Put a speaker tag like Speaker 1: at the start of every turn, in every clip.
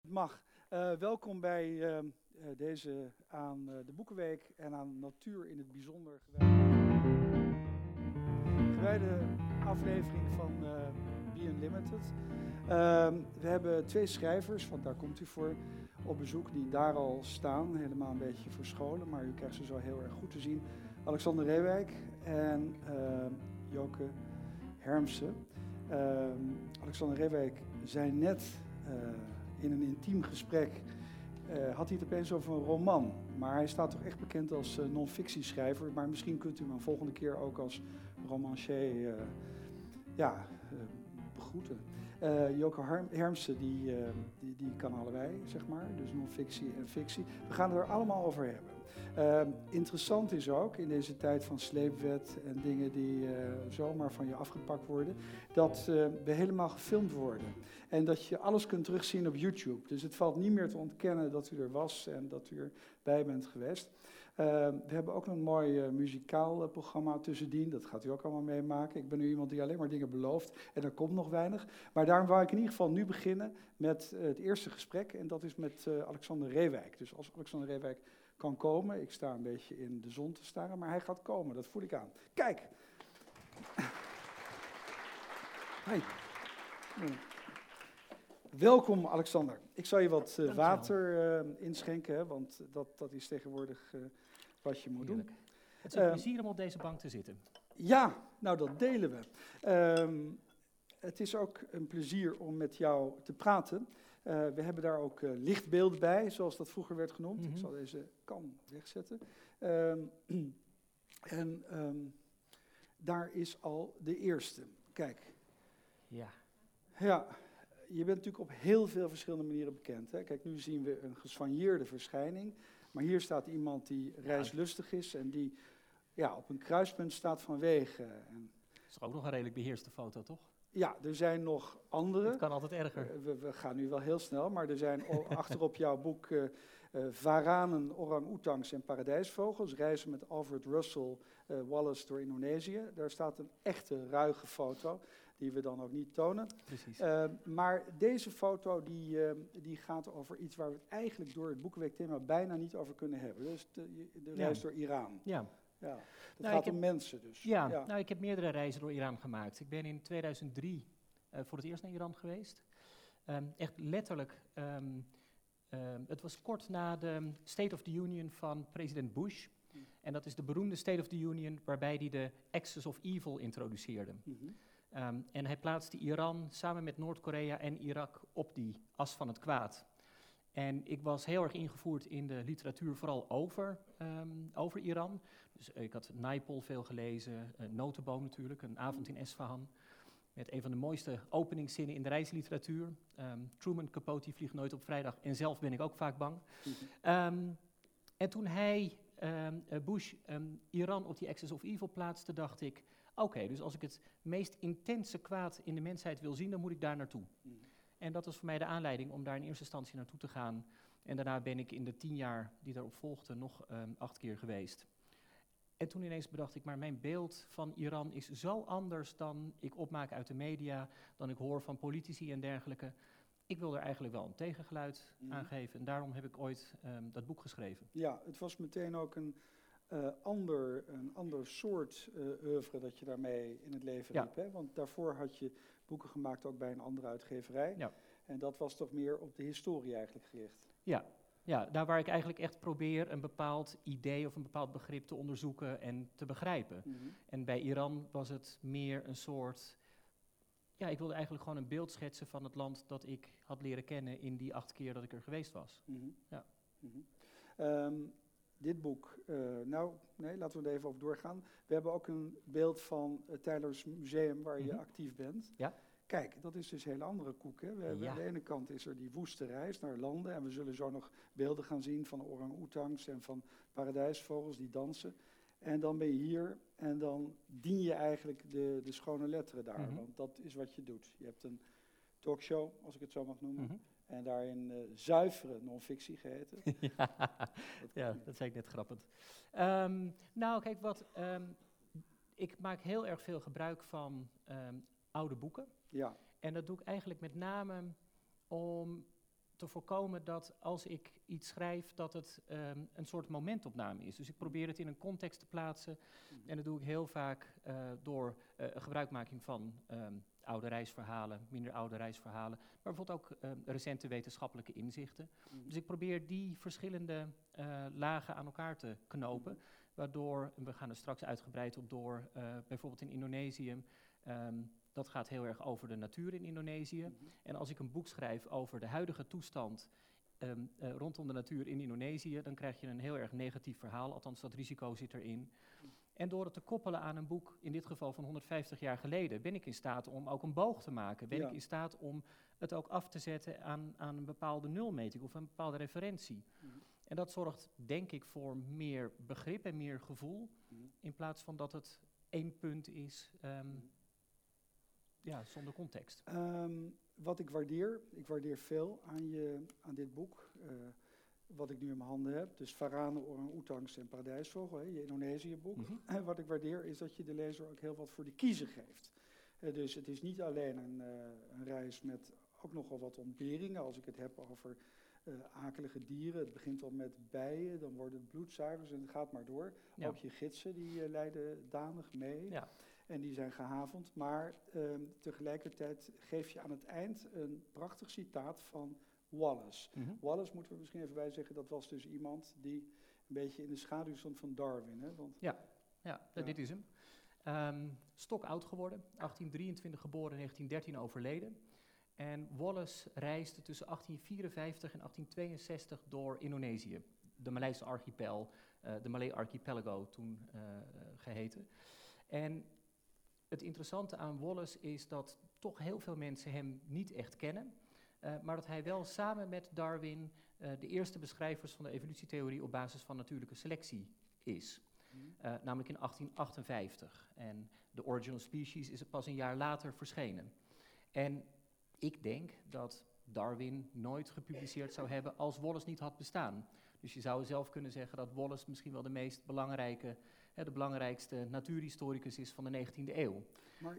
Speaker 1: Mag. Welkom bij deze aan de Boekenweek en aan natuur in het bijzonder gewijde aflevering van Be Unlimited. We hebben twee schrijvers, want daar komt u voor, op bezoek die daar al staan. Helemaal een beetje verscholen, maar u krijgt ze zo heel erg goed te zien. Alexander Reewijk en Joke Hermsen. Alexander Reewijk zei net in een intiem gesprek, had hij het opeens over een roman. Maar hij staat toch echt bekend als non-fictieschrijver. Maar misschien kunt u hem een volgende keer ook als romancier begroeten. Joke Hermsen, die kan allebei, zeg maar. Dus non-fictie en fictie. We gaan het er allemaal over hebben. Interessant is ook, in deze tijd van sleepwet en dingen die zomaar van je afgepakt worden, dat we helemaal gefilmd worden. En dat je alles kunt terugzien op YouTube. Dus het valt niet meer te ontkennen dat u er was en dat u erbij bent geweest. We hebben ook een mooi muzikaal programma tussendien. Dat gaat u ook allemaal meemaken. Ik ben nu iemand die alleen maar dingen belooft en er komt nog weinig. Maar daarom wou ik in ieder geval nu beginnen met het eerste gesprek. En dat is met Alexander Reewijk. Dus als Alexander Reewijk kan komen. Ik sta een beetje in de zon te staren, maar hij gaat komen. Dat voel ik aan. Kijk! Hi. Welkom, Alexander. Ik zal je wat water inschenken, hè, want dat is tegenwoordig wat je moet doen.
Speaker 2: Het is een plezier om op deze bank te zitten.
Speaker 1: Ja, nou dat delen we. Het is ook een plezier om met jou te praten. We hebben daar ook lichtbeelden bij, zoals dat vroeger werd genoemd. Mm-hmm. Ik zal deze kan wegzetten. Daar is al de eerste. Kijk.
Speaker 2: Ja.
Speaker 1: Ja, je bent natuurlijk op heel veel verschillende manieren bekend. Hè? Kijk, nu zien we een gesvanjeerde verschijning. Maar hier staat iemand die reislustig is en die op een kruispunt staat van wegen.
Speaker 2: Dat is ook nog een redelijk beheerste foto, toch?
Speaker 1: Ja, er zijn nog andere.
Speaker 2: Het kan altijd erger.
Speaker 1: We gaan nu wel heel snel, maar er zijn achterop jouw boek Varanen, orang-oetangs en paradijsvogels. Reizen met Alfred Russel Wallace door Indonesië. Daar staat een echte ruige foto, die we dan ook niet tonen.
Speaker 2: Precies.
Speaker 1: Maar deze foto die gaat over iets waar we het eigenlijk door het Boekenweekthema bijna niet over kunnen hebben. Dus de reis door Iran.
Speaker 2: Ja.
Speaker 1: Ja, het gaat om mensen dus.
Speaker 2: Ja, nou, ik heb meerdere reizen door Iran gemaakt. Ik ben in 2003 voor het eerst naar Iran geweest. Echt letterlijk, het was kort na de State of the Union van president Bush. En dat is de beroemde State of the Union waarbij hij de Axis of Evil introduceerde. Mm-hmm. En hij plaatste Iran samen met Noord-Korea en Irak op die as van het kwaad. En ik was heel erg ingevoerd in de literatuur, vooral over Iran. Dus ik had Naipaul veel gelezen, Notenboom natuurlijk, Een avond in Esfahan. Met een van de mooiste openingszinnen in de reisliteratuur. Truman Capote vliegt nooit op vrijdag en zelf ben ik ook vaak bang. En toen Bush Iran op die Axis of Evil plaatste, dacht ik, oké, dus als ik het meest intense kwaad in de mensheid wil zien, dan moet ik daar naartoe. En dat was voor mij de aanleiding om daar in eerste instantie naartoe te gaan. En daarna ben ik in de 10 jaar die daarop volgden nog 8 keer geweest. En toen ineens bedacht ik, maar mijn beeld van Iran is zo anders dan ik opmaak uit de media, dan ik hoor van politici en dergelijke. Ik wil er eigenlijk wel een tegengeluid aan geven. En daarom heb ik ooit dat boek geschreven.
Speaker 1: Ja, het was meteen ook een ander soort oeuvre dat je daarmee in het leven riep. Hè? Want daarvoor had je boeken gemaakt ook bij een andere uitgeverij. Ja. En dat was toch meer op de historie eigenlijk gericht.
Speaker 2: Ja, daar waar ik eigenlijk echt probeer een bepaald idee of een bepaald begrip te onderzoeken en te begrijpen. Mm-hmm. En bij Iran was het meer een soort, ik wilde eigenlijk gewoon een beeld schetsen van het land dat ik had leren kennen in die 8 keer dat ik er geweest was.
Speaker 1: Mm-hmm. Ja. Mm-hmm. Dit boek, laten we er even over doorgaan. We hebben ook een beeld van het Teylers Museum waar je actief bent.
Speaker 2: Ja.
Speaker 1: Kijk, dat is dus een hele andere koek. Hè? Aan de ene kant is er die woeste reis naar landen. En we zullen zo nog beelden gaan zien van orang-oetangs en van paradijsvogels die dansen. En dan ben je hier en dan dien je eigenlijk de schone letteren daar. Mm-hmm. Want dat is wat je doet. Je hebt een talkshow, als ik het zo mag noemen. Mm-hmm. En daarin zuivere non-fictie geheten.
Speaker 2: Dat zei ik net grappig. Kijk, ik maak heel erg veel gebruik van oude boeken.
Speaker 1: Ja.
Speaker 2: En dat doe ik eigenlijk met name om te voorkomen dat als ik iets schrijf, dat het een soort momentopname is. Dus ik probeer het in een context te plaatsen. En dat doe ik heel vaak door gebruikmaking van oude reisverhalen, minder oude reisverhalen, maar bijvoorbeeld ook recente wetenschappelijke inzichten. Dus ik probeer die verschillende lagen aan elkaar te knopen, waardoor, en we gaan er straks uitgebreid op door, bijvoorbeeld in Indonesië, dat gaat heel erg over de natuur in Indonesië. En als ik een boek schrijf over de huidige toestand rondom de natuur in Indonesië, dan krijg je een heel erg negatief verhaal, althans dat risico zit erin. En door het te koppelen aan een boek, in dit geval van 150 jaar geleden, ben ik in staat om ook een boog te maken. Ben ik in staat om het ook af te zetten aan een bepaalde nulmeting of een bepaalde referentie. En dat zorgt, denk ik, voor meer begrip en meer gevoel, in plaats van dat het één punt is zonder context.
Speaker 1: Wat ik waardeer veel aan dit boek, wat ik nu in mijn handen heb. Dus Varanen, orang-oetangs en paradijsvogel, je Indonesië-boek. En wat ik waardeer is dat je de lezer ook heel wat voor de kiezer geeft. Dus het is niet alleen een reis met ook nogal wat ontberingen. Als ik het heb over akelige dieren, het begint al met bijen, dan worden het bloedzuigers en het gaat maar door. Ja. Ook je gidsen, die leiden danig mee. Ja. En die zijn gehavend, maar tegelijkertijd geef je aan het eind een prachtig citaat van Wallace. Wallace, moeten we misschien even bij zeggen, dat was dus iemand die een beetje in de schaduw stond van Darwin. Hè? Want,
Speaker 2: dit is hem. Stokoud geworden, 1823 geboren, 1913 overleden. En Wallace reisde tussen 1854 en 1862 door Indonesië, de Maleise archipel, de Malay Archipelago toen geheten. En het interessante aan Wallace is dat toch heel veel mensen hem niet echt kennen, maar dat hij wel samen met Darwin de eerste beschrijvers van de evolutietheorie op basis van natuurlijke selectie is. Namelijk in 1858. En The Origin of Species is pas een jaar later verschenen. En ik denk dat Darwin nooit gepubliceerd zou hebben als Wallace niet had bestaan. Dus je zou zelf kunnen zeggen dat Wallace misschien wel de meest belangrijke, de belangrijkste natuurhistoricus is van de 19e eeuw.
Speaker 1: Maar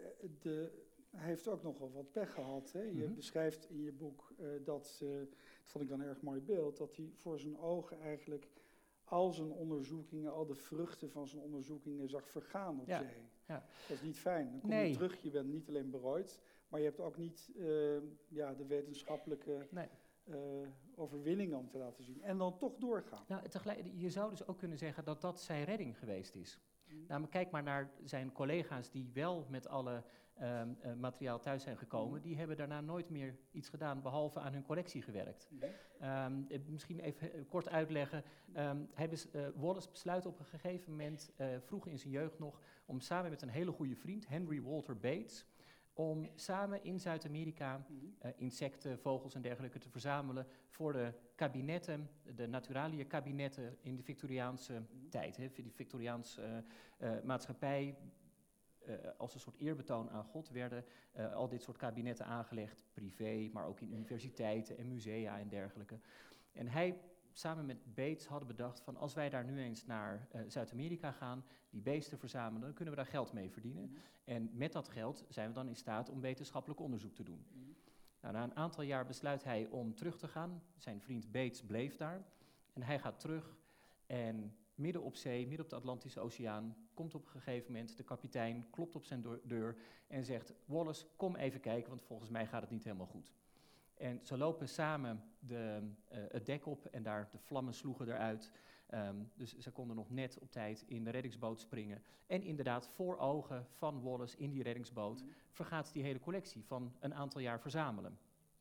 Speaker 1: hij heeft ook nogal wat pech gehad. Hè? Je beschrijft in je boek dat vond ik dan een erg mooi beeld, dat hij voor zijn ogen eigenlijk al zijn onderzoekingen, al de vruchten van zijn onderzoekingen zag vergaan op zee. Ja. Dat is niet fijn. Dan kom je terug, je bent niet alleen berooid, maar je hebt ook niet de wetenschappelijke overwinningen om te laten zien. En dan toch doorgaan.
Speaker 2: Nou, je zou dus ook kunnen zeggen dat dat zijn redding geweest is. Nou, kijk maar naar zijn collega's die wel met alle materiaal thuis zijn gekomen. Die hebben daarna nooit meer iets gedaan behalve aan hun collectie gewerkt. Misschien even kort uitleggen. Wallace besluit op een gegeven moment, vroeg in zijn jeugd nog, om samen met een hele goede vriend, Henry Walter Bates, om samen in Zuid-Amerika insecten, vogels en dergelijke te verzamelen voor de kabinetten, de naturalia-kabinetten in de Victoriaanse tijd. De Victoriaanse maatschappij, als een soort eerbetoon aan God, werden al dit soort kabinetten aangelegd, privé, maar ook in universiteiten en musea en dergelijke. En hij samen met Bates hadden bedacht van als wij daar nu eens naar Zuid-Amerika gaan, die beesten verzamelen, dan kunnen we daar geld mee verdienen. En met dat geld zijn we dan in staat om wetenschappelijk onderzoek te doen. Nou, na een aantal jaar besluit hij om terug te gaan. Zijn vriend Bates bleef daar. En hij gaat terug en midden op zee, midden op de Atlantische Oceaan, komt op een gegeven moment de kapitein, klopt op zijn deur en zegt: Wallace, kom even kijken, want volgens mij gaat het niet helemaal goed. En ze lopen samen het dek op en daar de vlammen sloegen eruit. Dus ze konden nog net op tijd in de reddingsboot springen. En inderdaad, voor ogen van Wallace in die reddingsboot vergaat die hele collectie van een aantal jaar verzamelen.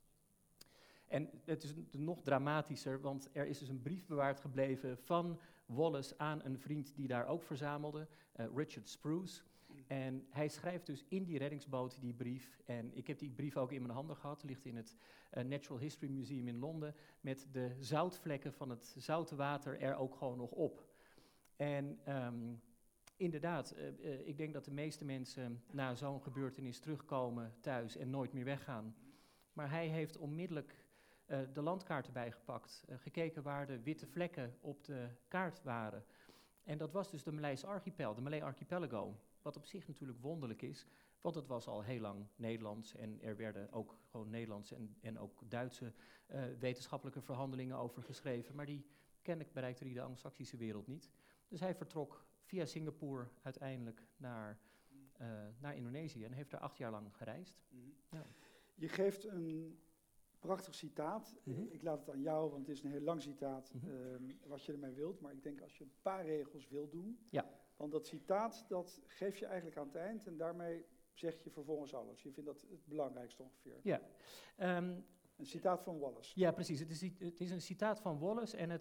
Speaker 2: En het is nog dramatischer, want er is dus een brief bewaard gebleven van Wallace aan een vriend die daar ook verzamelde, Richard Spruce. En hij schrijft dus in die reddingsboot die brief, en ik heb die brief ook in mijn handen gehad, ligt in het Natural History Museum in Londen, met de zoutvlekken van het zoute water er ook gewoon nog op. En inderdaad, ik denk dat de meeste mensen na zo'n gebeurtenis terugkomen thuis en nooit meer weggaan. Maar hij heeft onmiddellijk de landkaart erbij gepakt, gekeken waar de witte vlekken op de kaart waren. En dat was dus de Maleise archipel, de Malay Archipelago. Wat op zich natuurlijk wonderlijk is, Want het was al heel lang Nederlands en er werden ook gewoon Nederlandse en ook Duitse wetenschappelijke verhandelingen over geschreven. Maar kennelijk bereikte hij de Anglo-Saxische wereld niet. Dus hij vertrok via Singapore uiteindelijk naar Indonesië en heeft daar 8 jaar lang gereisd. Ja.
Speaker 1: Je geeft een prachtig citaat. Ik laat het aan jou, want het is een heel lang citaat wat je ermee wilt. Maar ik denk als je een paar regels wil doen.
Speaker 2: Ja.
Speaker 1: Want dat citaat, dat geef je eigenlijk aan het eind en daarmee zeg je vervolgens alles. Je vindt dat het belangrijkste ongeveer.
Speaker 2: Ja.
Speaker 1: Een citaat van Wallace.
Speaker 2: Ja, precies. Het is een citaat van Wallace en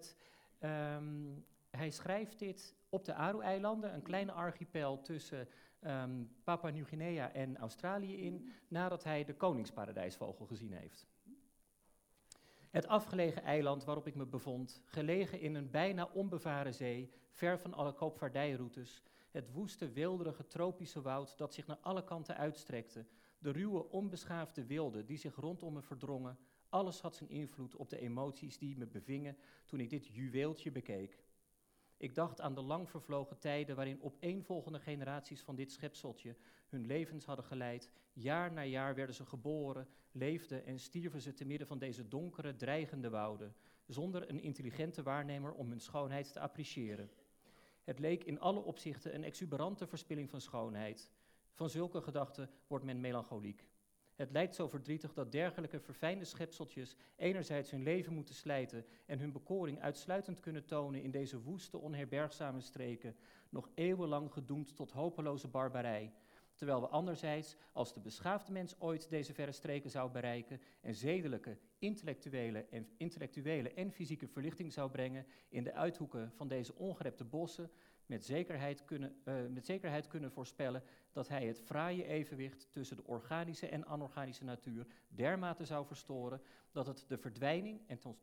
Speaker 2: hij schrijft dit op de Aru-eilanden, een kleine archipel tussen Papua Nieuw-Guinea en Australië in, nadat hij de koningsparadijsvogel gezien heeft. Het afgelegen eiland waarop ik me bevond, gelegen in een bijna onbevaren zee, ver van alle koopvaardijroutes, het woeste, weelderige tropische woud dat zich naar alle kanten uitstrekte, de ruwe, onbeschaafde wilden die zich rondom me verdrongen, alles had zijn invloed op de emoties die me bevingen toen ik dit juweeltje bekeek. Ik dacht aan de lang vervlogen tijden waarin opeenvolgende generaties van dit schepseltje hun levens hadden geleid. Jaar na jaar werden ze geboren, leefden en stierven ze te midden van deze donkere, dreigende wouden, zonder een intelligente waarnemer om hun schoonheid te appreciëren. Het leek in alle opzichten een exuberante verspilling van schoonheid. Van zulke gedachten wordt men melancholiek. Het lijkt zo verdrietig dat dergelijke verfijnde schepseltjes enerzijds hun leven moeten slijten en hun bekoring uitsluitend kunnen tonen in deze woeste, onherbergzame streken, nog eeuwenlang gedoemd tot hopeloze barbarij, terwijl we anderzijds, als de beschaafde mens ooit deze verre streken zou bereiken en zedelijke, intellectuele en fysieke verlichting zou brengen in de uithoeken van deze ongerepte bossen, met zekerheid kunnen voorspellen dat hij het fraaie evenwicht tussen de organische en anorganische natuur dermate zou verstoren dat het de verdwijning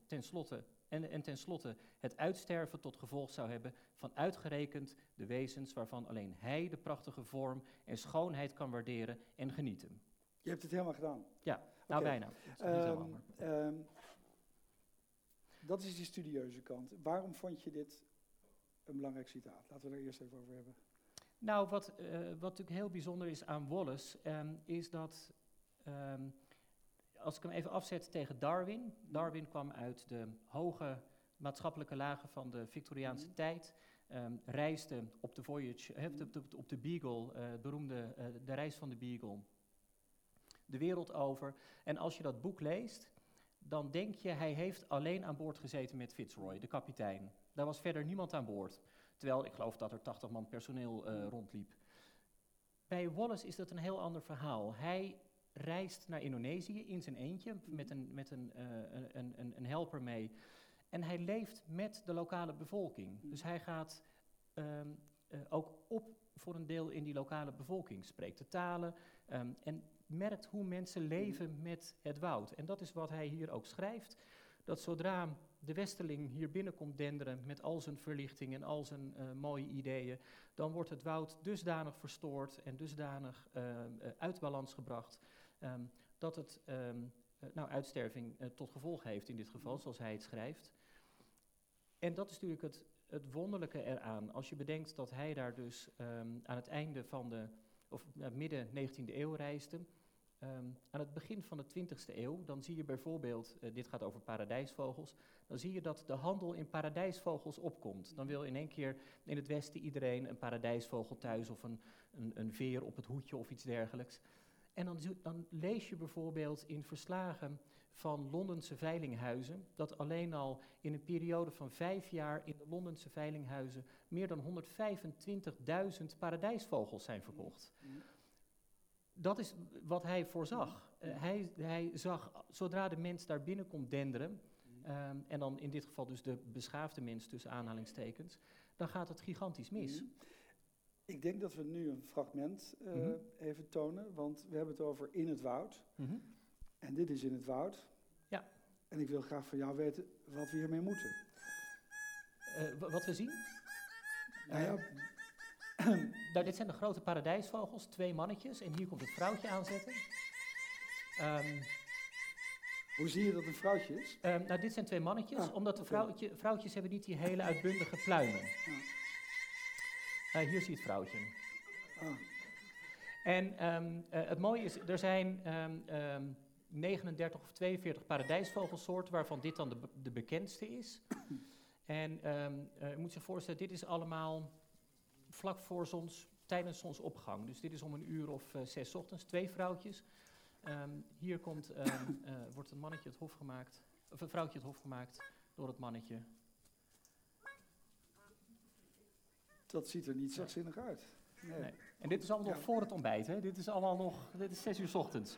Speaker 2: en tenslotte het uitsterven tot gevolg zou hebben van uitgerekend de wezens waarvan alleen hij de prachtige vorm en schoonheid kan waarderen en genieten.
Speaker 1: Je hebt het helemaal gedaan.
Speaker 2: Ja, nou bijna. Het is niet helemaal, maar.
Speaker 1: Dat is die studieuze kant. Waarom vond je dit een belangrijk citaat? Laten we er eerst even over hebben.
Speaker 2: Nou, wat natuurlijk heel bijzonder is aan Wallace, is dat, als ik hem even afzet tegen Darwin. Darwin kwam uit de hoge maatschappelijke lagen van de Victoriaanse tijd, reisde op de voyage, op de Beagle, beroemde de reis van de Beagle, de wereld over. En als je dat boek leest, dan denk je, hij heeft alleen aan boord gezeten met Fitzroy, de kapitein. Daar was verder niemand aan boord. Terwijl ik geloof dat er 80 man personeel rondliep. Bij Wallace is dat een heel ander verhaal. Hij reist naar Indonesië in zijn eentje, met een helper mee. En hij leeft met de lokale bevolking. Dus hij gaat ook op voor een deel in die lokale bevolking. Spreekt de talen en merkt hoe mensen leven met het woud. En dat is wat hij hier ook schrijft. Dat zodra de westerling hier binnenkomt denderen met al zijn verlichting en al zijn mooie ideeën, dan wordt het woud dusdanig verstoord en dusdanig uit balans gebracht, dat het uitsterving tot gevolg heeft in dit geval, zoals hij het schrijft. En dat is natuurlijk het wonderlijke eraan. Als je bedenkt dat hij daar dus aan het einde van midden 19e eeuw reisde, aan het begin van de 20e eeuw, dan zie je bijvoorbeeld, dit gaat over paradijsvogels, dan zie je dat de handel in paradijsvogels opkomt. Dan wil in één keer in het Westen iedereen een paradijsvogel thuis of een veer op het hoedje of iets dergelijks. En dan lees je bijvoorbeeld in verslagen van Londense veilinghuizen, dat alleen al in een periode van 5 jaar in de Londense veilinghuizen meer dan 125.000 paradijsvogels zijn verkocht. Dat is wat hij voorzag. Hij zag, zodra de mens daar binnenkomt denderen, en dan in dit geval dus de beschaafde mens tussen aanhalingstekens, dan gaat het gigantisch mis.
Speaker 1: Ik denk dat we nu een fragment even tonen, want we hebben het over in het woud. En dit is in het woud.
Speaker 2: Ja.
Speaker 1: En ik wil graag van jou weten wat we hiermee moeten.
Speaker 2: Wat we zien? Nou, dit zijn de grote paradijsvogels, 2 mannetjes. En hier komt het vrouwtje aanzetten.
Speaker 1: Hoe zie je dat een vrouwtje is?
Speaker 2: Nou, dit zijn 2 mannetjes, omdat de vrouwtjes hebben niet die hele uitbundige pluimen. Hier zie je het vrouwtje. En het mooie is, er zijn 39 of 42 paradijsvogelsoorten, waarvan dit dan de bekendste is. En je moet zich voorstellen, dit is allemaal vlak voor tijdens zonsopgang. Dus dit is om 6:00 ochtends, 2 vrouwtjes. Hier wordt een mannetje het hof gemaakt, of een vrouwtje het hof gemaakt door het mannetje.
Speaker 1: Dat ziet er niet zachtzinnig uit. Nee.
Speaker 2: En dit is allemaal nog voor het ontbijt, hè? Dit is 6:00 ochtends.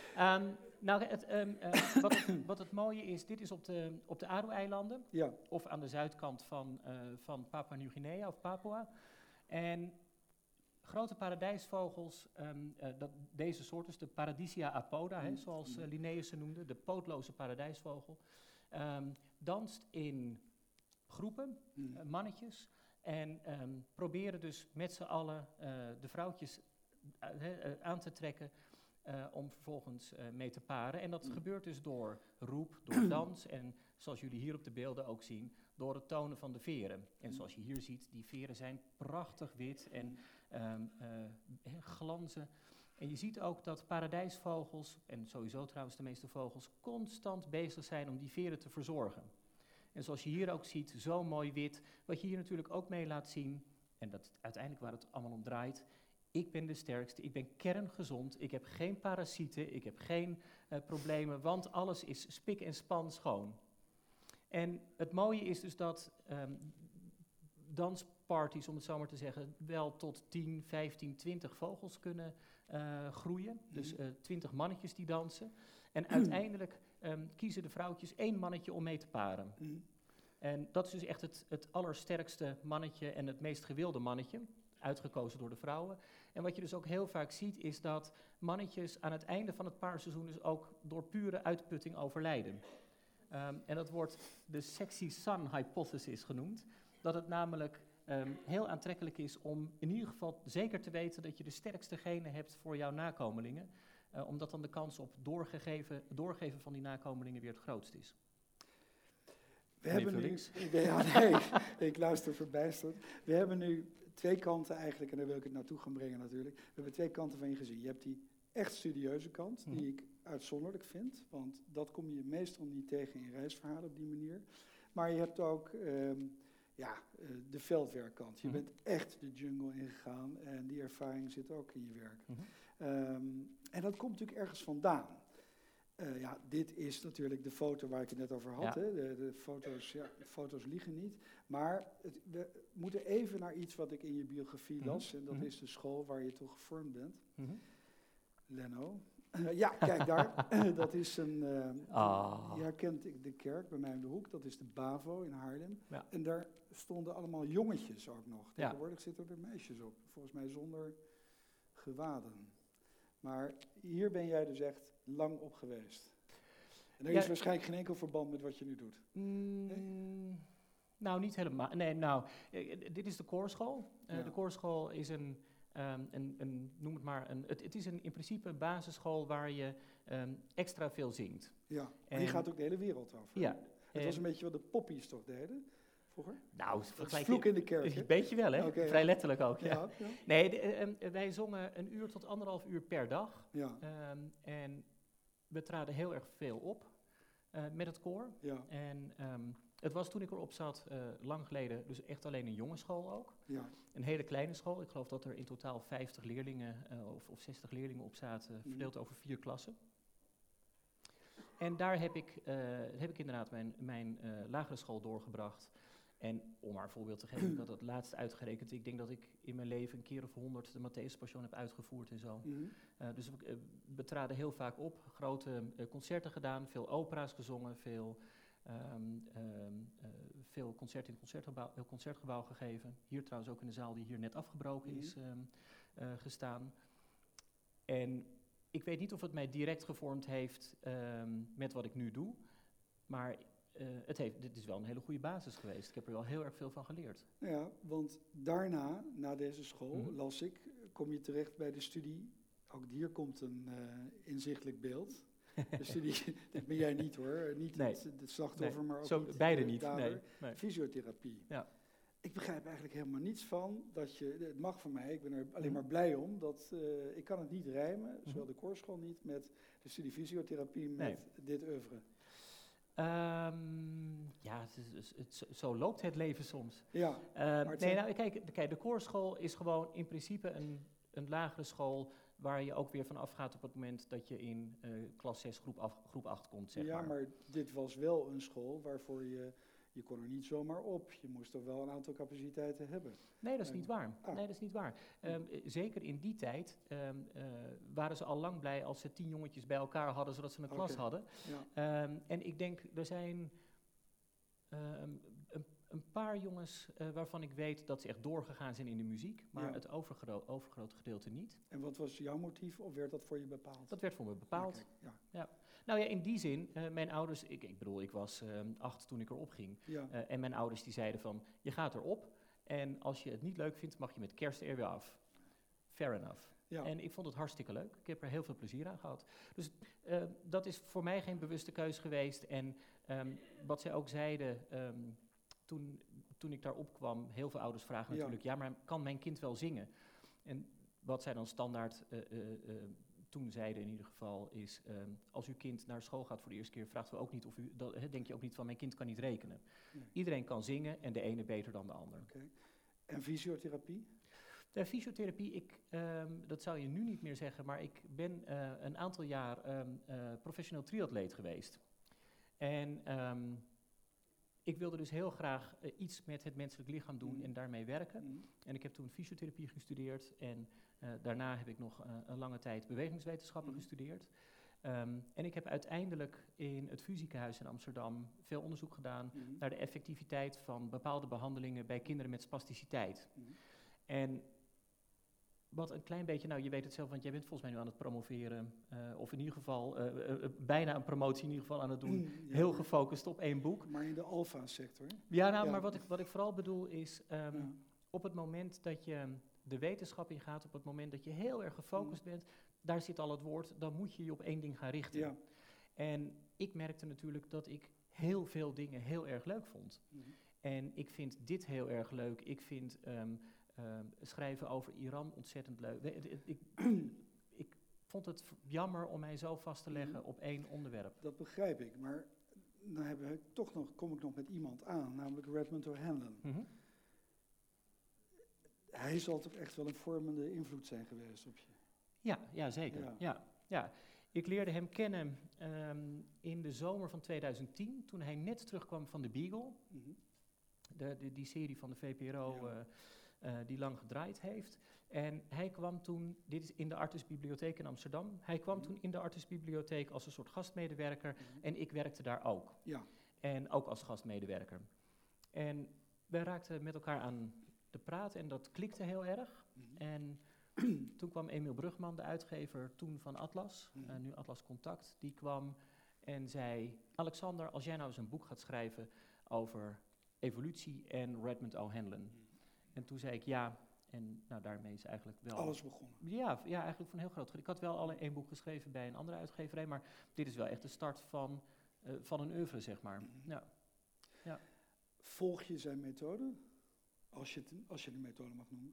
Speaker 2: Wat het mooie is, dit is op de Aru-eilanden, of aan de zuidkant van Papua-Nieuw-Guinea of Papua. En grote paradijsvogels, deze soort is de Paradisia apoda, zoals Linnaeus ze noemde, de pootloze paradijsvogel, danst in groepen, mannetjes, en proberen dus met z'n allen de vrouwtjes aan te trekken om vervolgens mee te paren. En dat gebeurt dus door roep, door dans en zoals jullie hier op de beelden ook zien, door het tonen van de veren. En zoals je hier ziet, die veren zijn prachtig wit en glanzen. En je ziet ook dat paradijsvogels, en sowieso trouwens de meeste vogels, constant bezig zijn om die veren te verzorgen. En zoals je hier ook ziet, zo mooi wit, wat je hier natuurlijk ook mee laat zien, en dat is uiteindelijk waar het allemaal om draait. Ik ben de sterkste, ik ben kerngezond, ik heb geen parasieten, ik heb geen problemen, want alles is spik en span schoon. En het mooie is dus dat dansparties, om het zo maar te zeggen, wel tot 10, 15, 20 vogels kunnen groeien. Dus 20 mannetjes die dansen. En uiteindelijk kiezen de vrouwtjes 1 mannetje om mee te paren. En dat is dus echt het allersterkste mannetje en het meest gewilde mannetje, uitgekozen door de vrouwen. En wat je dus ook heel vaak ziet, is dat mannetjes aan het einde van het paarseizoen dus ook door pure uitputting overlijden. En dat wordt de sexy sun hypothesis genoemd. Dat het namelijk heel aantrekkelijk is om in ieder geval zeker te weten dat je de sterkste genen hebt voor jouw nakomelingen. Omdat dan de kans op doorgeven van die nakomelingen weer het grootst is.
Speaker 1: We hebben nu, ik luister verbijsterd. We hebben nu 2 kanten eigenlijk, en daar wil ik het naartoe gaan brengen natuurlijk. We hebben 2 kanten van je gezien. Je hebt die echt studieuze kant, die ik uitzonderlijk vind, want dat kom je meestal niet tegen in reisverhalen op die manier. Maar je hebt ook de veldwerkkant. Je bent echt de jungle ingegaan en die ervaring zit ook in je werk. En dat komt natuurlijk ergens vandaan. Dit is natuurlijk de foto waar ik het net over had. Ja. Hè? De foto's liegen niet. Maar we moeten even naar iets wat ik in je biografie las. En dat is de school waar je toe gevormd bent. Leno. Kijk daar. Dat is een... Je herkent de kerk bij mij om de hoek. Dat is de BAVO in Haarlem. Ja. En daar stonden allemaal jongetjes ook nog. Tegenwoordig zitten er meisjes op. Volgens mij zonder gewaden. Maar hier ben jij dus echt lang op geweest. En er is waarschijnlijk geen enkel verband met wat je nu doet. Nee?
Speaker 2: Nou, niet helemaal. Dit is de koorschool. De koorschool is noem het maar, het is in principe een basisschool waar je extra veel zingt. Ja,
Speaker 1: en die gaat ook de hele wereld over. Ja. Het was een beetje wat de poppies toch deden vroeger?
Speaker 2: Nou,
Speaker 1: vloek in de kerk.
Speaker 2: Een beetje wel, hè?
Speaker 1: Okay,
Speaker 2: vrij letterlijk ook. Ja. Nee, wij zongen 1 uur tot 1,5 uur per dag. Ja. En we traden heel erg veel op met het koor. Ja. En het was toen ik erop zat, lang geleden, dus echt alleen een jongensschool ook. Ja. Een hele kleine school. Ik geloof dat er in totaal 50 leerlingen of 60 leerlingen op zaten, verdeeld over 4 klassen. En daar heb ik inderdaad mijn lagere school doorgebracht. En om maar een voorbeeld te geven, ik had het laatst uitgerekend. Ik denk dat ik in mijn leven een keer of 100 de Matthäus Passion heb uitgevoerd en zo. Dus we traden heel vaak op, grote concerten gedaan, veel opera's gezongen, veel concerten in het concertgebouw gegeven. Hier trouwens ook in de zaal die hier net afgebroken is gestaan. En ik weet niet of het mij direct gevormd heeft met wat ik nu doe, maar dit is wel een hele goede basis geweest. Ik heb er wel heel erg veel van geleerd.
Speaker 1: Ja, want daarna, na deze school, las ik, kom je terecht bij de studie. Ook hier komt een inzichtelijk beeld. De studie, dit ben jij niet hoor, niet het slachtoffer, maar ook
Speaker 2: zo,
Speaker 1: niet
Speaker 2: beide niet.
Speaker 1: Dader. Nee. Fysiotherapie. Ja. Ik begrijp eigenlijk helemaal niets van dat je, het mag van mij, ik ben er alleen maar blij om, dat ik kan het niet rijmen, zowel de koorschool niet met de studie fysiotherapie met dit oeuvre.
Speaker 2: Ja, zo loopt het leven soms.
Speaker 1: Ja.
Speaker 2: Kijk, de koorschool is gewoon in principe een lagere school waar je ook weer van afgaat op het moment dat je in klas 6 groep 8 komt, zeg maar.
Speaker 1: Ja, maar dit was wel een school waarvoor je kon er niet zomaar op. Je moest toch wel een aantal capaciteiten hebben.
Speaker 2: Nee, dat is niet waar. Nee, dat is niet waar. Zeker in die tijd waren ze al lang blij als ze 10 jongetjes bij elkaar hadden, zodat ze een klas hadden. Ja. En ik denk, er zijn een paar jongens waarvan ik weet dat ze echt doorgegaan zijn in de muziek, maar het overgrote gedeelte niet.
Speaker 1: En wat was jouw motief, of werd dat voor je bepaald?
Speaker 2: Dat werd voor me bepaald. Ja. Nou ja, in die zin, mijn ouders, ik bedoel, ik was 8 toen ik erop ging. Ja. En mijn ouders die zeiden van, je gaat erop en als je het niet leuk vindt, mag je met kerst er weer af. Fair enough. Ja. En ik vond het hartstikke leuk. Ik heb er heel veel plezier aan gehad. Dus dat is voor mij geen bewuste keus geweest. En wat zij ook zeiden, toen ik daar opkwam, heel veel ouders vragen natuurlijk, ja, maar kan mijn kind wel zingen? En wat zij dan standaard toen zeiden in ieder geval is, als uw kind naar school gaat voor de eerste keer, vragen we ook niet of denk je ook niet van, mijn kind kan niet rekenen. Nee. Iedereen kan zingen en de ene beter dan de ander.
Speaker 1: Okay. En fysiotherapie?
Speaker 2: De fysiotherapie, dat zou je nu niet meer zeggen, maar ik ben een aantal jaar professioneel triatleet geweest. En ik wilde dus heel graag iets met het menselijk lichaam doen en daarmee werken. En ik heb toen fysiotherapie gestudeerd en daarna heb ik nog een lange tijd bewegingswetenschappen gestudeerd. En ik heb uiteindelijk in het Fuziekenhuis in Amsterdam veel onderzoek gedaan naar de effectiviteit van bepaalde behandelingen bij kinderen met spasticiteit. En wat een klein beetje, nou je weet het zelf, want jij bent volgens mij nu aan het promoveren, of in ieder geval bijna een promotie in ieder geval aan het doen, heel gefocust op 1 boek.
Speaker 1: Maar in de alfa-sector?
Speaker 2: Maar wat ik vooral bedoel is, op het moment dat je de wetenschap ingaat, op het moment dat je heel erg gefocust bent, daar zit al het woord, dan moet je je op 1 ding gaan richten. Ja. En ik merkte natuurlijk dat ik heel veel dingen heel erg leuk vond. En ik vind dit heel erg leuk. Ik vind schrijven over Iran ontzettend leuk. Ik vond het jammer om mij zo vast te leggen op 1 onderwerp.
Speaker 1: Dat begrijp ik, maar dan kom ik nog met iemand aan, namelijk Redmond O'Hanlon. Hij zal toch echt wel een vormende invloed zijn geweest op je?
Speaker 2: Ja, zeker. Ja. Ik leerde hem kennen in de zomer van 2010, toen hij net terugkwam van de Beagle. Die serie van de VPRO die lang gedraaid heeft. En hij kwam toen, dit is in de Artis Bibliotheek in Amsterdam, hij kwam toen in de Artis Bibliotheek als een soort gastmedewerker en ik werkte daar ook. Ja. En ook als gastmedewerker. En wij raakten met elkaar aan de praten en dat klikte heel erg. En toen kwam Emiel Brugman, de uitgever toen van Atlas, nu Atlas Contact, die kwam en zei, Alexander, als jij nou eens een boek gaat schrijven over evolutie en Redmond O'Hanlon. En toen zei ik ja, en nou daarmee is eigenlijk wel...
Speaker 1: Alles begonnen.
Speaker 2: Ja, eigenlijk van heel groot. Ik had wel al 1 boek geschreven bij een andere uitgeverij, maar dit is wel echt de start van een oeuvre, zeg maar. Ja.
Speaker 1: Volg je zijn methode? Als je de methode mag noemen.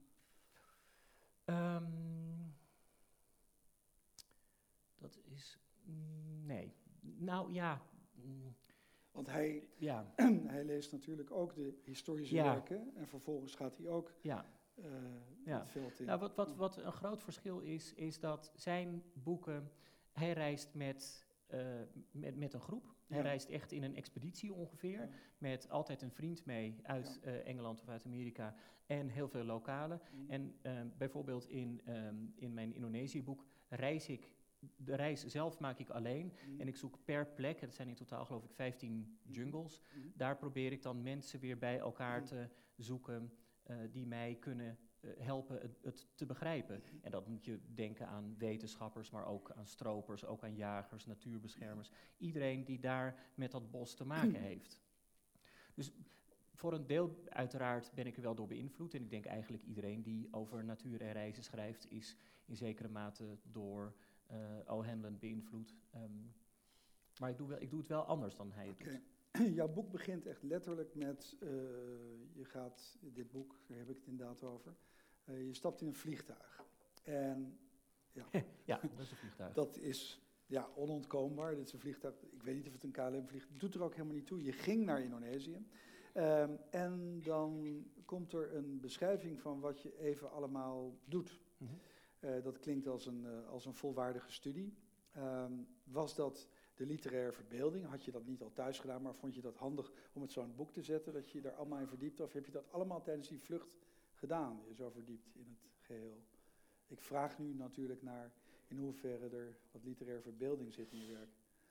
Speaker 2: Dat is... nee. Nou ja...
Speaker 1: Want hij leest natuurlijk ook de historische werken en vervolgens gaat hij ook het veld in.
Speaker 2: Nou, wat een groot verschil is dat zijn boeken, hij reist met een groep. Hij reist echt in een expeditie ongeveer, met altijd een vriend mee uit Engeland of uit Amerika en heel veel lokalen. En bijvoorbeeld in mijn Indonesië-boek reis ik. De reis zelf maak ik alleen en ik zoek per plek, het zijn in totaal geloof ik 15 jungles, daar probeer ik dan mensen weer bij elkaar te zoeken die mij kunnen helpen het te begrijpen. En dat moet je denken aan wetenschappers, maar ook aan stropers, ook aan jagers, natuurbeschermers. Iedereen die daar met dat bos te maken heeft. Dus voor een deel uiteraard ben ik er wel door beïnvloed en ik denk eigenlijk iedereen die over natuur en reizen schrijft is in zekere mate door O'Hanlon beïnvloed. Maar ik doe het wel anders dan hij het doet.
Speaker 1: jouw boek begint echt letterlijk met, je gaat, dit boek, daar heb ik het inderdaad over, je stapt in een vliegtuig. En ja,
Speaker 2: Ja, dat is een vliegtuig.
Speaker 1: dat is onontkoombaar. Dit is een vliegtuig, ik weet niet of het een KLM-vliegtuig doet er ook helemaal niet toe. Je ging naar Indonesië. En dan komt er een beschrijving van wat je even allemaal doet. Dat klinkt als een volwaardige studie. Was dat de literaire verbeelding? Had je dat niet al thuis gedaan, maar vond je dat handig om het zo in het boek te zetten, dat je je daar allemaal in verdiepte? Of heb je dat allemaal tijdens die vlucht gedaan, je zo verdiept in het geheel? Ik vraag nu natuurlijk naar in hoeverre er wat literaire verbeelding zit in je werk.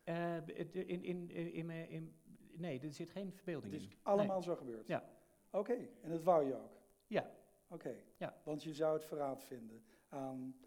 Speaker 2: Nee, er zit geen verbeelding in.
Speaker 1: Het is allemaal zo gebeurd?
Speaker 2: Ja.
Speaker 1: Oké, en dat wou je ook?
Speaker 2: Ja.
Speaker 1: Oké,
Speaker 2: Ja.
Speaker 1: Want je zou het verraad vinden aan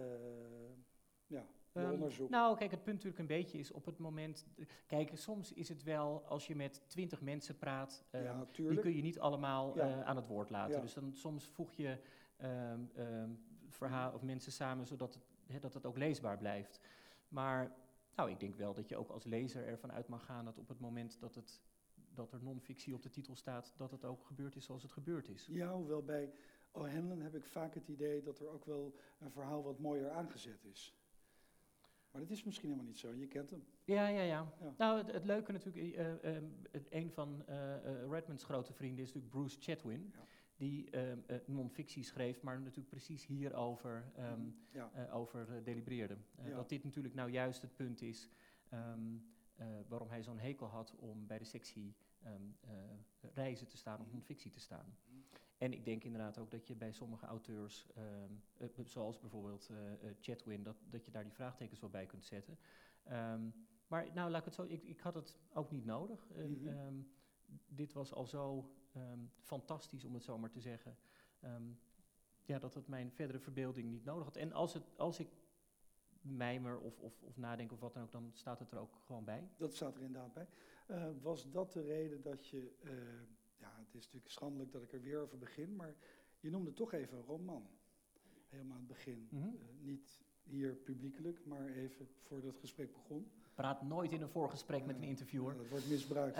Speaker 1: je onderzoek.
Speaker 2: Nou, kijk, het punt natuurlijk een beetje is op het moment... Kijk, soms is het wel, als je met 20 mensen praat... die kun je niet allemaal aan het woord laten. Ja. Dus dan soms voeg je verhaal of mensen samen, zodat het ook leesbaar blijft. Maar nou, ik denk wel dat je ook als lezer ervan uit mag gaan dat op het moment dat er non-fictie op de titel staat, dat het ook gebeurd is zoals het gebeurd is.
Speaker 1: Ja, hoewel bij O'Hanlon heb ik vaak het idee dat er ook wel een verhaal wat mooier aangezet is. Maar dat is misschien helemaal niet zo, je kent hem.
Speaker 2: Ja. Nou, het leuke natuurlijk, een van Redmond's grote vrienden is natuurlijk Bruce Chatwin, die non-fictie schreef, maar natuurlijk precies hierover over delibereerde. Dat dit natuurlijk nou juist het punt is waarom hij zo'n hekel had om bij de sectie reizen te staan of non-fictie te staan. En ik denk inderdaad ook dat je bij sommige auteurs, zoals bijvoorbeeld Chatwin, dat je daar die vraagtekens wel bij kunt zetten. Maar nou, laat ik het zo, ik had het ook niet nodig. Dit was al zo fantastisch, om het zo maar te zeggen, dat het mijn verdere verbeelding niet nodig had. En als ik mijmer of nadenk of wat dan ook, dan staat het er ook gewoon bij.
Speaker 1: Dat staat er inderdaad bij. Was dat de reden dat je... het is natuurlijk schandelijk dat ik er weer over begin, maar je noemde toch even een roman. Helemaal aan het begin. Niet hier publiekelijk, maar even voordat het gesprek begon.
Speaker 2: Praat nooit in een voorgesprek met een interviewer.
Speaker 1: Dat wordt misbruikt.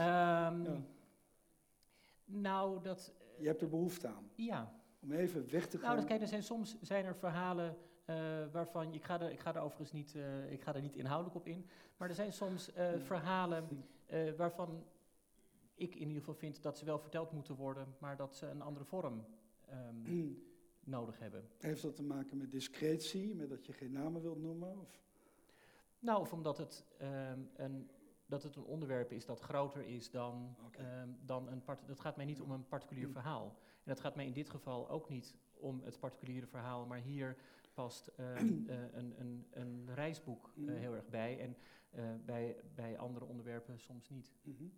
Speaker 2: Nou, dat...
Speaker 1: Je hebt er behoefte aan.
Speaker 2: Ja.
Speaker 1: Om even weg te gaan.
Speaker 2: Nou, kijk, soms zijn er verhalen waarvan... Ik ga er overigens niet, ik ga er niet inhoudelijk op in. Maar er zijn soms verhalen waarvan ik in ieder geval vind dat ze wel verteld moeten worden, maar dat ze een andere vorm nodig hebben.
Speaker 1: Heeft dat te maken met discretie, met dat je geen namen wilt noemen? Of?
Speaker 2: Nou, of omdat het een onderwerp is dat groter is dan een dat gaat mij niet om een particulier verhaal. En dat gaat mij in dit geval ook niet om het particuliere verhaal, maar hier past een reisboek heel erg bij en bij andere onderwerpen soms niet.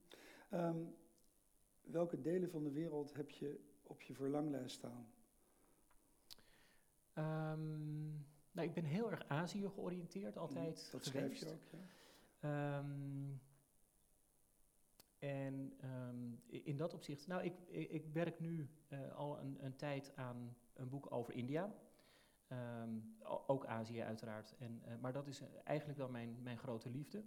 Speaker 1: Welke delen van de wereld heb je op je verlanglijst staan?
Speaker 2: Nou, ik ben heel erg Azië georiënteerd, altijd
Speaker 1: dat
Speaker 2: geweest.
Speaker 1: Schrijf je ook, ja.
Speaker 2: In dat opzicht, nou, ik werk nu al een tijd aan een boek over India. Ook Azië uiteraard, maar dat is eigenlijk wel mijn grote liefde.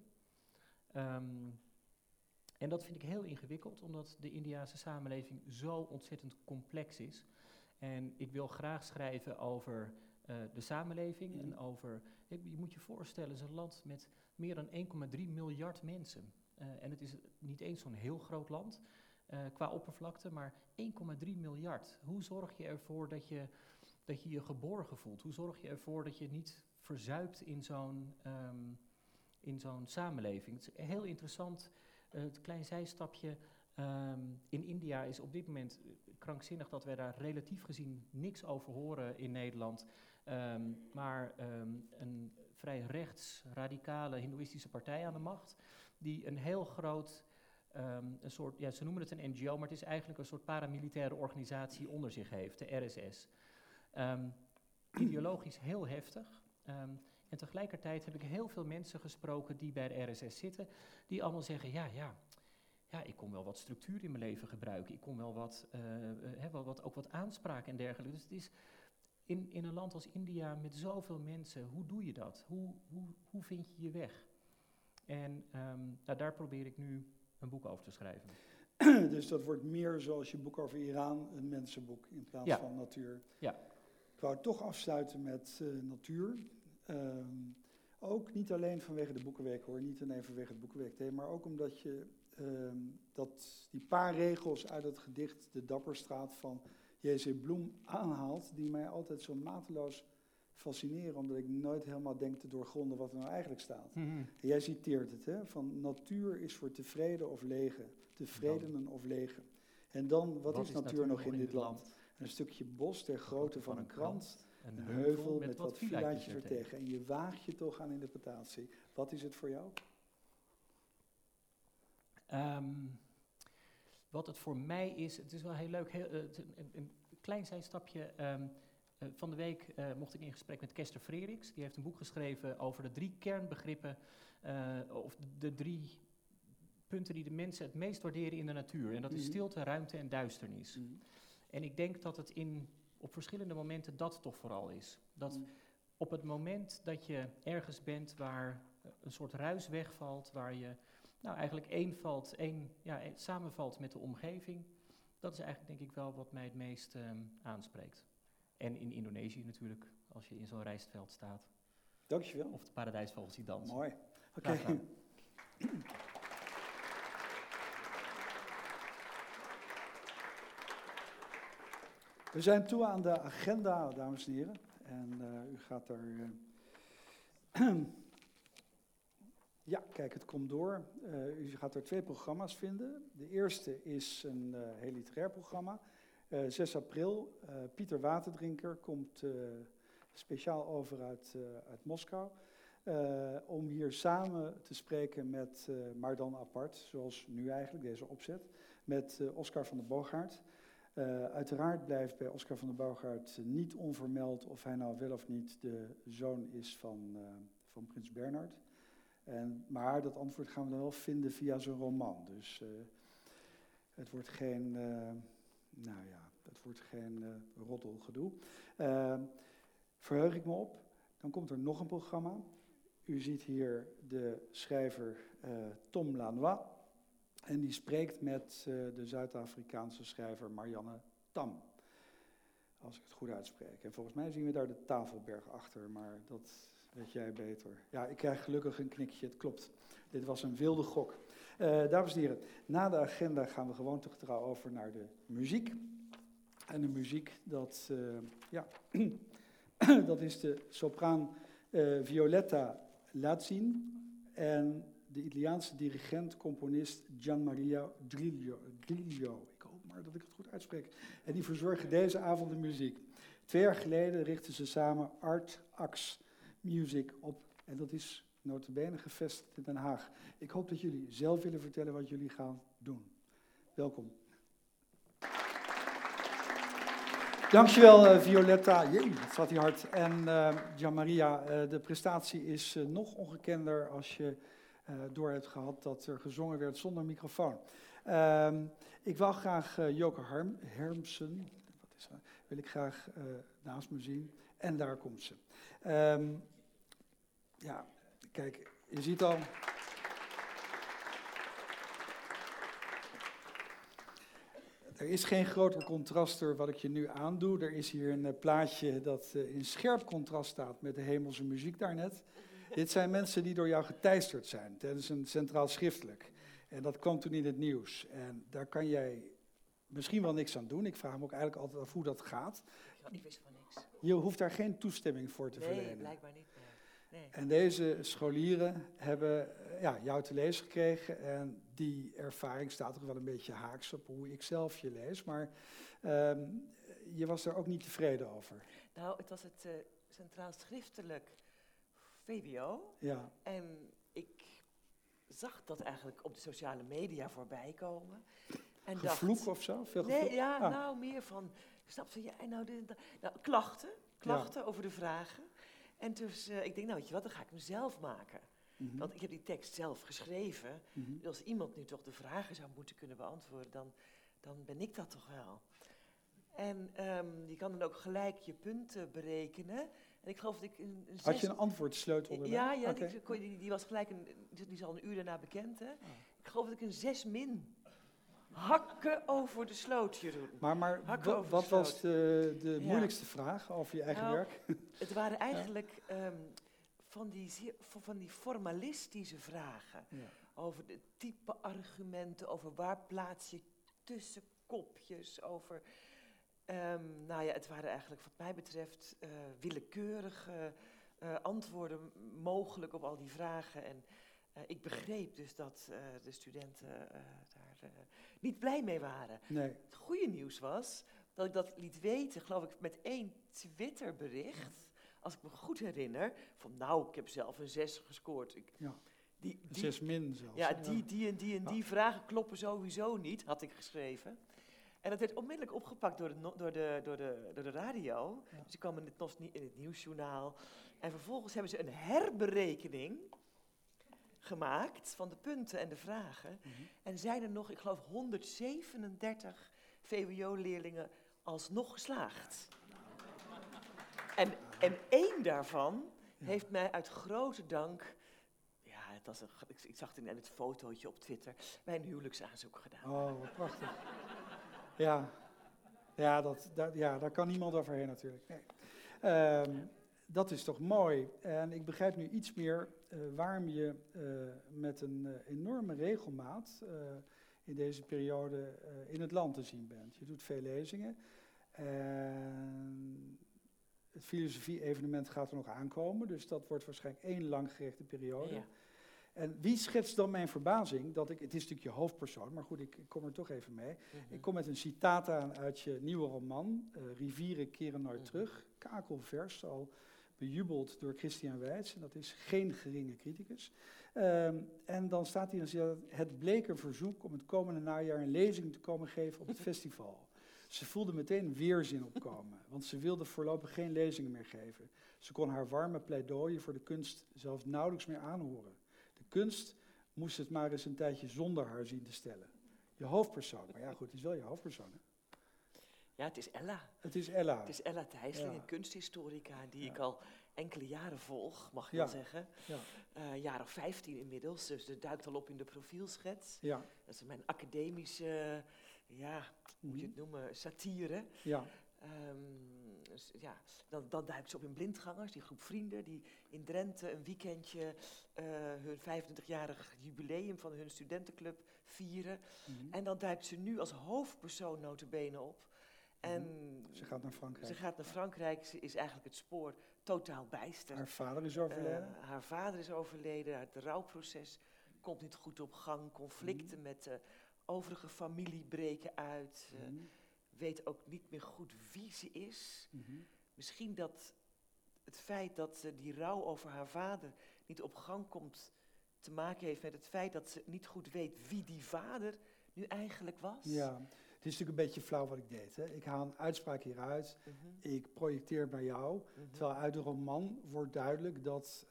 Speaker 2: En dat vind ik heel ingewikkeld, omdat de Indiase samenleving zo ontzettend complex is. En ik wil graag schrijven over de samenleving en over... Je moet je voorstellen, het is een land met meer dan 1,3 miljard mensen. En het is niet eens zo'n heel groot land qua oppervlakte, maar 1,3 miljard. Hoe zorg je ervoor dat je je geborgen voelt? Hoe zorg je ervoor dat je niet verzuipt in zo'n samenleving? Het is heel interessant... Het klein zijstapje in India is op dit moment krankzinnig dat wij daar relatief gezien niks over horen in Nederland. Maar een vrij rechts, radicale hindoeïstische partij aan de macht, die een heel groot, een soort, ze noemen het een NGO, maar het is eigenlijk een soort paramilitaire organisatie onder zich heeft, de RSS. Ideologisch heel heftig. En tegelijkertijd heb ik heel veel mensen gesproken die bij de RSS zitten, die allemaal zeggen, ja, ik kon wel wat structuur in mijn leven gebruiken. Ik kon wel wat aanspraak en dergelijke. Dus het is in een land als India met zoveel mensen, hoe doe je dat? Hoe vind je je weg? En daar probeer ik nu een boek over te schrijven.
Speaker 1: Dus dat wordt meer zoals je boek over Iran, een mensenboek in plaats van natuur.
Speaker 2: Ja.
Speaker 1: Ik wou toch afsluiten met natuur. Ook niet alleen vanwege de Boekenweek hoor, niet alleen vanwege het Boekenweek, maar ook omdat je die paar regels uit het gedicht De Dapperstraat van J.C. Bloem aanhaalt, die mij altijd zo mateloos fascineren, omdat ik nooit helemaal denk te doorgronden wat er nou eigenlijk staat.
Speaker 2: Mm-hmm.
Speaker 1: En jij citeert het, hè, van natuur is voor tevreden of legen, tevredenen of legen. En dan, wat is natuur nog in dit land? Een stukje bos ter grootte van een krant, een heuvel met wat villaatjes ertegen. En je waagt je toch aan interpretatie. Wat is het voor jou?
Speaker 2: Wat het voor mij is, het is wel heel leuk, een klein zijstapje. Van de week mocht ik in gesprek met Kester Freeriks. Die heeft een boek geschreven over de 3 kernbegrippen, of de 3 punten die de mensen het meest waarderen in de natuur. En dat is stilte, ruimte en duisternis. En ik denk dat het op verschillende momenten dat toch vooral is. Dat op het moment dat je ergens bent waar een soort ruis wegvalt, waar je eigenlijk samenvalt met de omgeving, dat is eigenlijk denk ik wel wat mij het meest aanspreekt. En in Indonesië natuurlijk, als je in zo'n rijstveld staat.
Speaker 1: Dankjewel.
Speaker 2: Of de paradijsvogels die dansen.
Speaker 1: Mooi. Oké. We zijn toe aan de agenda, dames en heren. En u gaat er... Ja, kijk, het komt door. U gaat er 2 programma's vinden. De eerste is een heel literair programma. 6 april, Pieter Waterdrinker komt speciaal over uit Moskou. Om hier samen te spreken met, maar dan apart, zoals nu eigenlijk, deze opzet, met Oscar van der Boogaard. Uiteraard blijft bij Oscar van der Boogaard niet onvermeld of hij nou wel of niet de zoon is van prins Bernhard. Maar dat antwoord gaan we dan wel vinden via zijn roman. Dus het wordt geen, roddelgedoe. Verheug ik me op. Dan komt er nog een programma. U ziet hier de schrijver Tom Lanois. En die spreekt met de Zuid-Afrikaanse schrijver Marianne Tam. Als ik het goed uitspreek. En volgens mij zien we daar de Tafelberg achter, maar dat weet jij beter. Ja, ik krijg gelukkig een knikje, het klopt. Dit was een wilde gok. Dames en heren, na de agenda gaan we gewoon toch trouw over naar de muziek. En de muziek, dat is de sopraan Violetta Lazzin en de Italiaanse dirigent, componist Gianmaria Grillo. Ik hoop maar dat ik het goed uitspreek. En die verzorgen deze avond de muziek. 2 jaar geleden richtten ze samen Art Ax Music op. En dat is nota bene gevestigd in Den Haag. Ik hoop dat jullie zelf willen vertellen wat jullie gaan doen. Welkom. Dankjewel Violetta. Jee, dat zat hier hard. En Gianmaria, de prestatie is nog ongekender als je door hebt gehad dat er gezongen werd zonder microfoon. Ik wil graag Joke Hermsen, wil ik graag naast me zien. En daar komt ze. Ja, kijk, je ziet al... Er is geen groter contrast door wat ik je nu aandoe. Er is hier een plaatje dat in scherp contrast staat met de hemelse muziek daarnet. Dit zijn mensen die door jou geteisterd zijn tijdens een centraal schriftelijk. En dat kwam toen in het nieuws. En daar kan jij misschien wel niks aan doen. Ik vraag me ook eigenlijk altijd af hoe dat gaat.
Speaker 3: Ik wist van niks.
Speaker 1: Je hoeft daar geen toestemming voor te verlenen.
Speaker 3: Nee, blijkbaar niet. Nee.
Speaker 1: En deze scholieren hebben jou te lezen gekregen. En die ervaring staat toch wel een beetje haaks op hoe ik zelf je lees. Maar je was er ook niet tevreden over.
Speaker 3: Nou, het was het Centraal Schriftelijk VWO.
Speaker 1: Ja.
Speaker 3: En ik zag dat eigenlijk op de sociale media voorbij komen. En
Speaker 1: Gevloek
Speaker 3: dacht,
Speaker 1: of zo? Veel gevloek?
Speaker 3: Nee, nou meer van, snapte jij nou dit? Nou, klachten over de vragen. En dus, ik denk, nou weet je wat, dan ga ik hem zelf maken. Mm-hmm. Want ik heb die tekst zelf geschreven. Mm-hmm. Dus als iemand nu toch de vragen zou moeten kunnen beantwoorden, dan ben ik dat toch wel. En je kan dan ook gelijk je punten berekenen. En ik geloof dat ik
Speaker 1: Had je een antwoordsleutel erbij?
Speaker 3: Ja,
Speaker 1: okay.
Speaker 3: die was gelijk, die is al een uur daarna bekend. Hè? Oh. Ik geloof dat ik een 6 min. Hakken over de sloot, Jeroen.
Speaker 1: Maar
Speaker 3: Hakken over
Speaker 1: wat
Speaker 3: de sloot.
Speaker 1: was de
Speaker 3: Ja.
Speaker 1: moeilijkste vraag over je eigen
Speaker 3: Nou,
Speaker 1: werk?
Speaker 3: Het waren eigenlijk van die formalistische vragen.
Speaker 1: Ja.
Speaker 3: Over de type argumenten, over waar plaats je tussenkopjes, over... nou ja, het waren eigenlijk wat mij betreft willekeurige antwoorden mogelijk op al die vragen. En ik begreep dus dat de studenten daar niet blij mee waren.
Speaker 1: Nee.
Speaker 3: Het goede nieuws was dat ik dat liet weten, geloof ik, met 1 Twitterbericht. Als ik me goed herinner, van nou, ik heb zelf een 6 gescoord.
Speaker 1: Ja.
Speaker 3: Die
Speaker 1: 6 min zelfs.
Speaker 3: ja,
Speaker 1: hè?
Speaker 3: die vragen kloppen sowieso niet, had ik geschreven. En dat werd onmiddellijk opgepakt door de radio.
Speaker 1: Ja.
Speaker 3: Dus ik kwam in het nieuwsjournaal. En vervolgens hebben ze een herberekening gemaakt van de punten en de vragen.
Speaker 1: Mhm.
Speaker 3: En zijn er nog, ik geloof, 137 VWO-leerlingen alsnog geslaagd. En 1 daarvan heeft mij uit grote dank... Ja, ik zag het in het fotootje op Twitter, mijn huwelijksaanzoek gedaan.
Speaker 1: Oh, wat prachtig. Ja, daar kan niemand overheen natuurlijk. Nee. Dat is toch mooi. En ik begrijp nu iets meer waarom je met een enorme regelmaat in deze periode in het land te zien bent. Je doet veel lezingen. Het filosofie-evenement gaat er nog aankomen, dus dat wordt waarschijnlijk 1 langgerekte periode.
Speaker 3: Ja.
Speaker 1: En wie schetst dan mijn verbazing dat het is natuurlijk je hoofdpersoon, maar goed, ik kom er toch even mee.
Speaker 3: Mhm.
Speaker 1: Ik kom met een citaat aan uit je nieuwe roman, Rivieren keren nooit terug, kakelvers, al bejubeld door Christian Weitz, en dat is geen geringe criticus. En dan staat hier, het bleek een verzoek om het komende najaar een lezing te komen geven op het festival. Ze voelde meteen weerzin opkomen, want ze wilde voorlopig geen lezingen meer geven. Ze kon haar warme pleidooien voor de kunst zelfs nauwelijks meer aanhoren. De kunst moest het maar eens een tijdje zonder haar zien te stellen. Je hoofdpersoon, maar ja goed, het is wel je hoofdpersoon. Hè?
Speaker 3: Ja, het is Ella.
Speaker 1: Het is Ella.
Speaker 3: Het is Ella Thijsseling,
Speaker 1: Ja.
Speaker 3: een kunsthistorica die
Speaker 1: Ja.
Speaker 3: ik al enkele jaren volg, mag je
Speaker 1: Ja.
Speaker 3: wel zeggen.
Speaker 1: Ja.
Speaker 3: Jaar of 15 inmiddels, dus ze duikt al op in de profielschets.
Speaker 1: Ja.
Speaker 3: Dat is mijn academische, hoe moet je het noemen, satire.
Speaker 1: Ja.
Speaker 3: Dus ja, dan duikt ze op in Blindgangers, die groep vrienden die in Drenthe een weekendje hun 25-jarig jubileum van hun studentenclub vieren.
Speaker 1: Mhm.
Speaker 3: En dan duikt ze nu als hoofdpersoon nota bene op. En
Speaker 1: Ze gaat naar Frankrijk.
Speaker 3: ze gaat naar Frankrijk, ze is eigenlijk het spoor totaal bijster.
Speaker 1: Haar vader is overleden.
Speaker 3: Haar vader is overleden, het rouwproces komt niet goed op gang, conflicten met de overige familie breken uit.
Speaker 1: Mhm.
Speaker 3: Weet ook niet meer goed wie ze is.
Speaker 1: Mhm.
Speaker 3: Misschien dat het feit dat die rouw over haar vader niet op gang komt te maken heeft met het feit dat ze niet goed weet wie die vader nu eigenlijk was.
Speaker 1: Ja, het is natuurlijk een beetje flauw wat ik deed. Hè. Ik haal een uitspraak hieruit,
Speaker 3: Mhm.
Speaker 1: ik projecteer bij jou,
Speaker 3: Mhm.
Speaker 1: terwijl uit de roman wordt duidelijk dat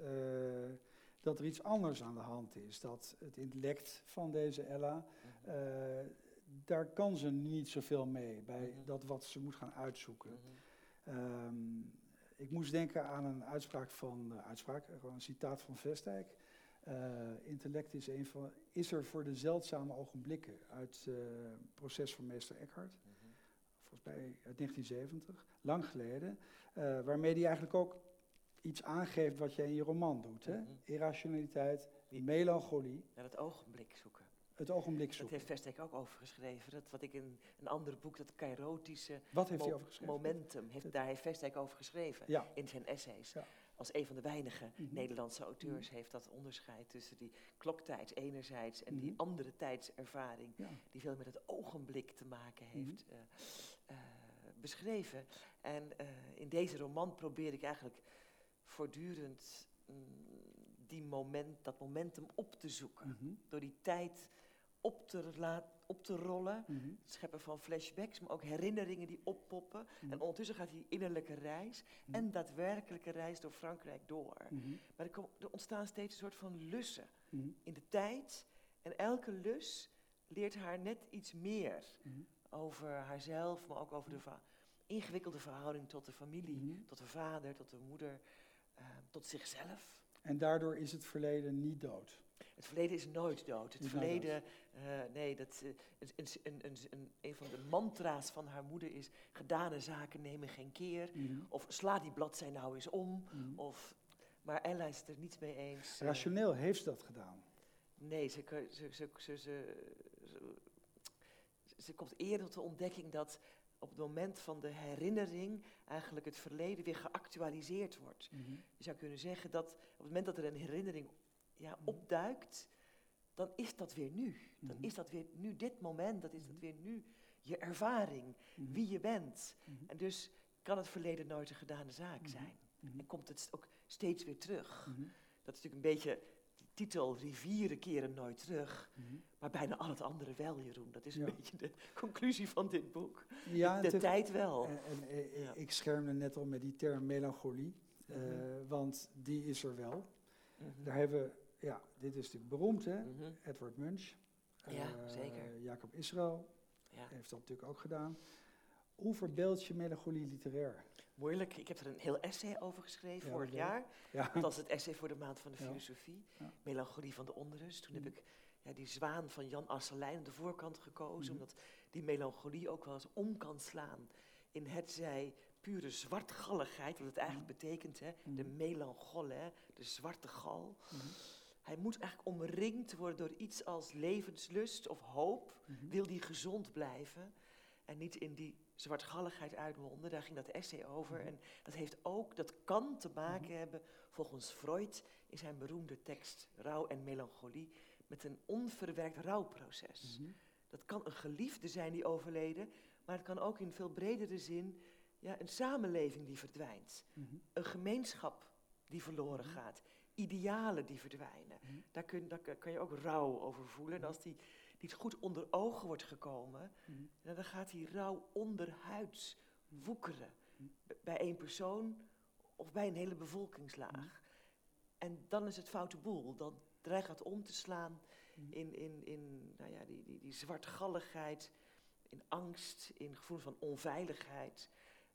Speaker 1: er iets anders aan de hand is. Dat het intellect van deze Ella,
Speaker 3: Mhm.
Speaker 1: daar kan ze niet zoveel mee bij
Speaker 3: Mhm.
Speaker 1: dat wat ze moet gaan uitzoeken.
Speaker 3: Mhm.
Speaker 1: Ik moest denken aan een gewoon een citaat van Vestdijk. Intellect is er voor de zeldzame ogenblikken uit het proces van meester Eckhart,
Speaker 3: Mhm.
Speaker 1: volgens mij uit 1970, lang geleden, waarmee hij eigenlijk ook iets aangeeft wat jij in je roman doet. Hè?
Speaker 3: Mhm.
Speaker 1: Irrationaliteit,
Speaker 3: Die-
Speaker 1: melancholie,
Speaker 3: Naar het ogenblik zoeken.
Speaker 1: het ogenblik
Speaker 3: Dat
Speaker 1: zoeken.
Speaker 3: heeft Vestdijk ook over geschreven. Dat wat ik in een ander boek, dat kairotische
Speaker 1: Wat heeft hij over geschreven?
Speaker 3: momentum, daar heeft Vestdijk over geschreven.
Speaker 1: Ja.
Speaker 3: In zijn essays.
Speaker 1: Ja.
Speaker 3: Als een van de weinige
Speaker 1: Mhm.
Speaker 3: Nederlandse auteurs heeft dat onderscheid tussen die kloktijds enerzijds en die
Speaker 1: Mhm.
Speaker 3: andere tijdservaring
Speaker 1: Ja.
Speaker 3: die veel met het ogenblik te maken heeft, beschreven. En in deze roman probeer ik eigenlijk voortdurend dat momentum op te zoeken.
Speaker 1: Mhm.
Speaker 3: Door die tijd op te rollen,
Speaker 1: Mhm.
Speaker 3: het scheppen van flashbacks, maar ook herinneringen die oppoppen.
Speaker 1: Mhm.
Speaker 3: En ondertussen gaat die innerlijke reis
Speaker 1: Mhm.
Speaker 3: en daadwerkelijke reis door Frankrijk door.
Speaker 1: Mhm.
Speaker 3: Maar er ontstaan steeds een soort van lussen
Speaker 1: Mhm.
Speaker 3: in de tijd. En elke lus leert haar net iets meer
Speaker 1: Mhm.
Speaker 3: over haarzelf, maar ook over de ingewikkelde verhouding tot de familie,
Speaker 1: Mhm.
Speaker 3: tot de vader, tot de moeder, tot zichzelf.
Speaker 1: En daardoor is het verleden niet dood.
Speaker 3: Het verleden is nooit dood. Het
Speaker 1: Niet
Speaker 3: verleden, een van de mantra's van haar moeder is: gedane zaken nemen geen keer. Of sla die bladzij nou eens om. Maar Ella is het er niet mee eens.
Speaker 1: Rationeel heeft ze dat gedaan.
Speaker 3: Nee, ze komt eerder tot de ontdekking dat op het moment van de herinnering eigenlijk het verleden weer geactualiseerd wordt. Je zou kunnen zeggen dat op het moment dat er een herinnering opduikt, dan is dat weer nu. Dan is dat weer nu dit moment, dat is dat weer nu je ervaring, wie je bent. En dus kan het verleden nooit een gedane zaak zijn. En komt het ook steeds weer terug. Dat is natuurlijk een beetje de titel, rivieren keren nooit terug. Maar bijna al het andere wel, Jeroen. Dat is een beetje de conclusie van dit boek. Ja, de tijd wel.
Speaker 1: Ik schermde net al met die term melancholie, want die is er wel. Daar hebben we, dit is natuurlijk beroemd, hè? Edward Munch.
Speaker 3: Zeker.
Speaker 1: Jacob Israël heeft dat natuurlijk ook gedaan. Hoe verbeeld je melancholie literair?
Speaker 3: Moeilijk. Ik heb er een heel essay over geschreven vorig jaar. Dat was het essay voor de Maand van de Filosofie. Melancholie van de onrust. Toen heb ik die zwaan van Jan Asselijn aan de voorkant gekozen, omdat die melancholie ook wel eens om kan slaan in hetzij pure zwartgalligheid, wat het eigenlijk betekent, hè? De melanchole, hè? De zwarte gal. Hij moet eigenlijk omringd worden door iets als levenslust of hoop. Wil die gezond blijven en niet in die zwartgalligheid uitmonden. Daar ging dat essay over. En dat kan te maken hebben, volgens Freud, in zijn beroemde tekst Rouw en Melancholie, met een onverwerkt rouwproces. Dat kan een geliefde zijn die overleden, maar het kan ook in veel bredere zin een samenleving die verdwijnt. Een gemeenschap die verloren gaat. Idealen die verdwijnen. Daar kan je ook rouw over voelen. En als die niet goed onder ogen wordt gekomen, dan gaat die rouw onderhuids woekeren. Bij één persoon of bij een hele bevolkingslaag. En dan is het foute boel. Dan dreigt het om te slaan in die zwartgalligheid, in angst, in gevoel van onveiligheid.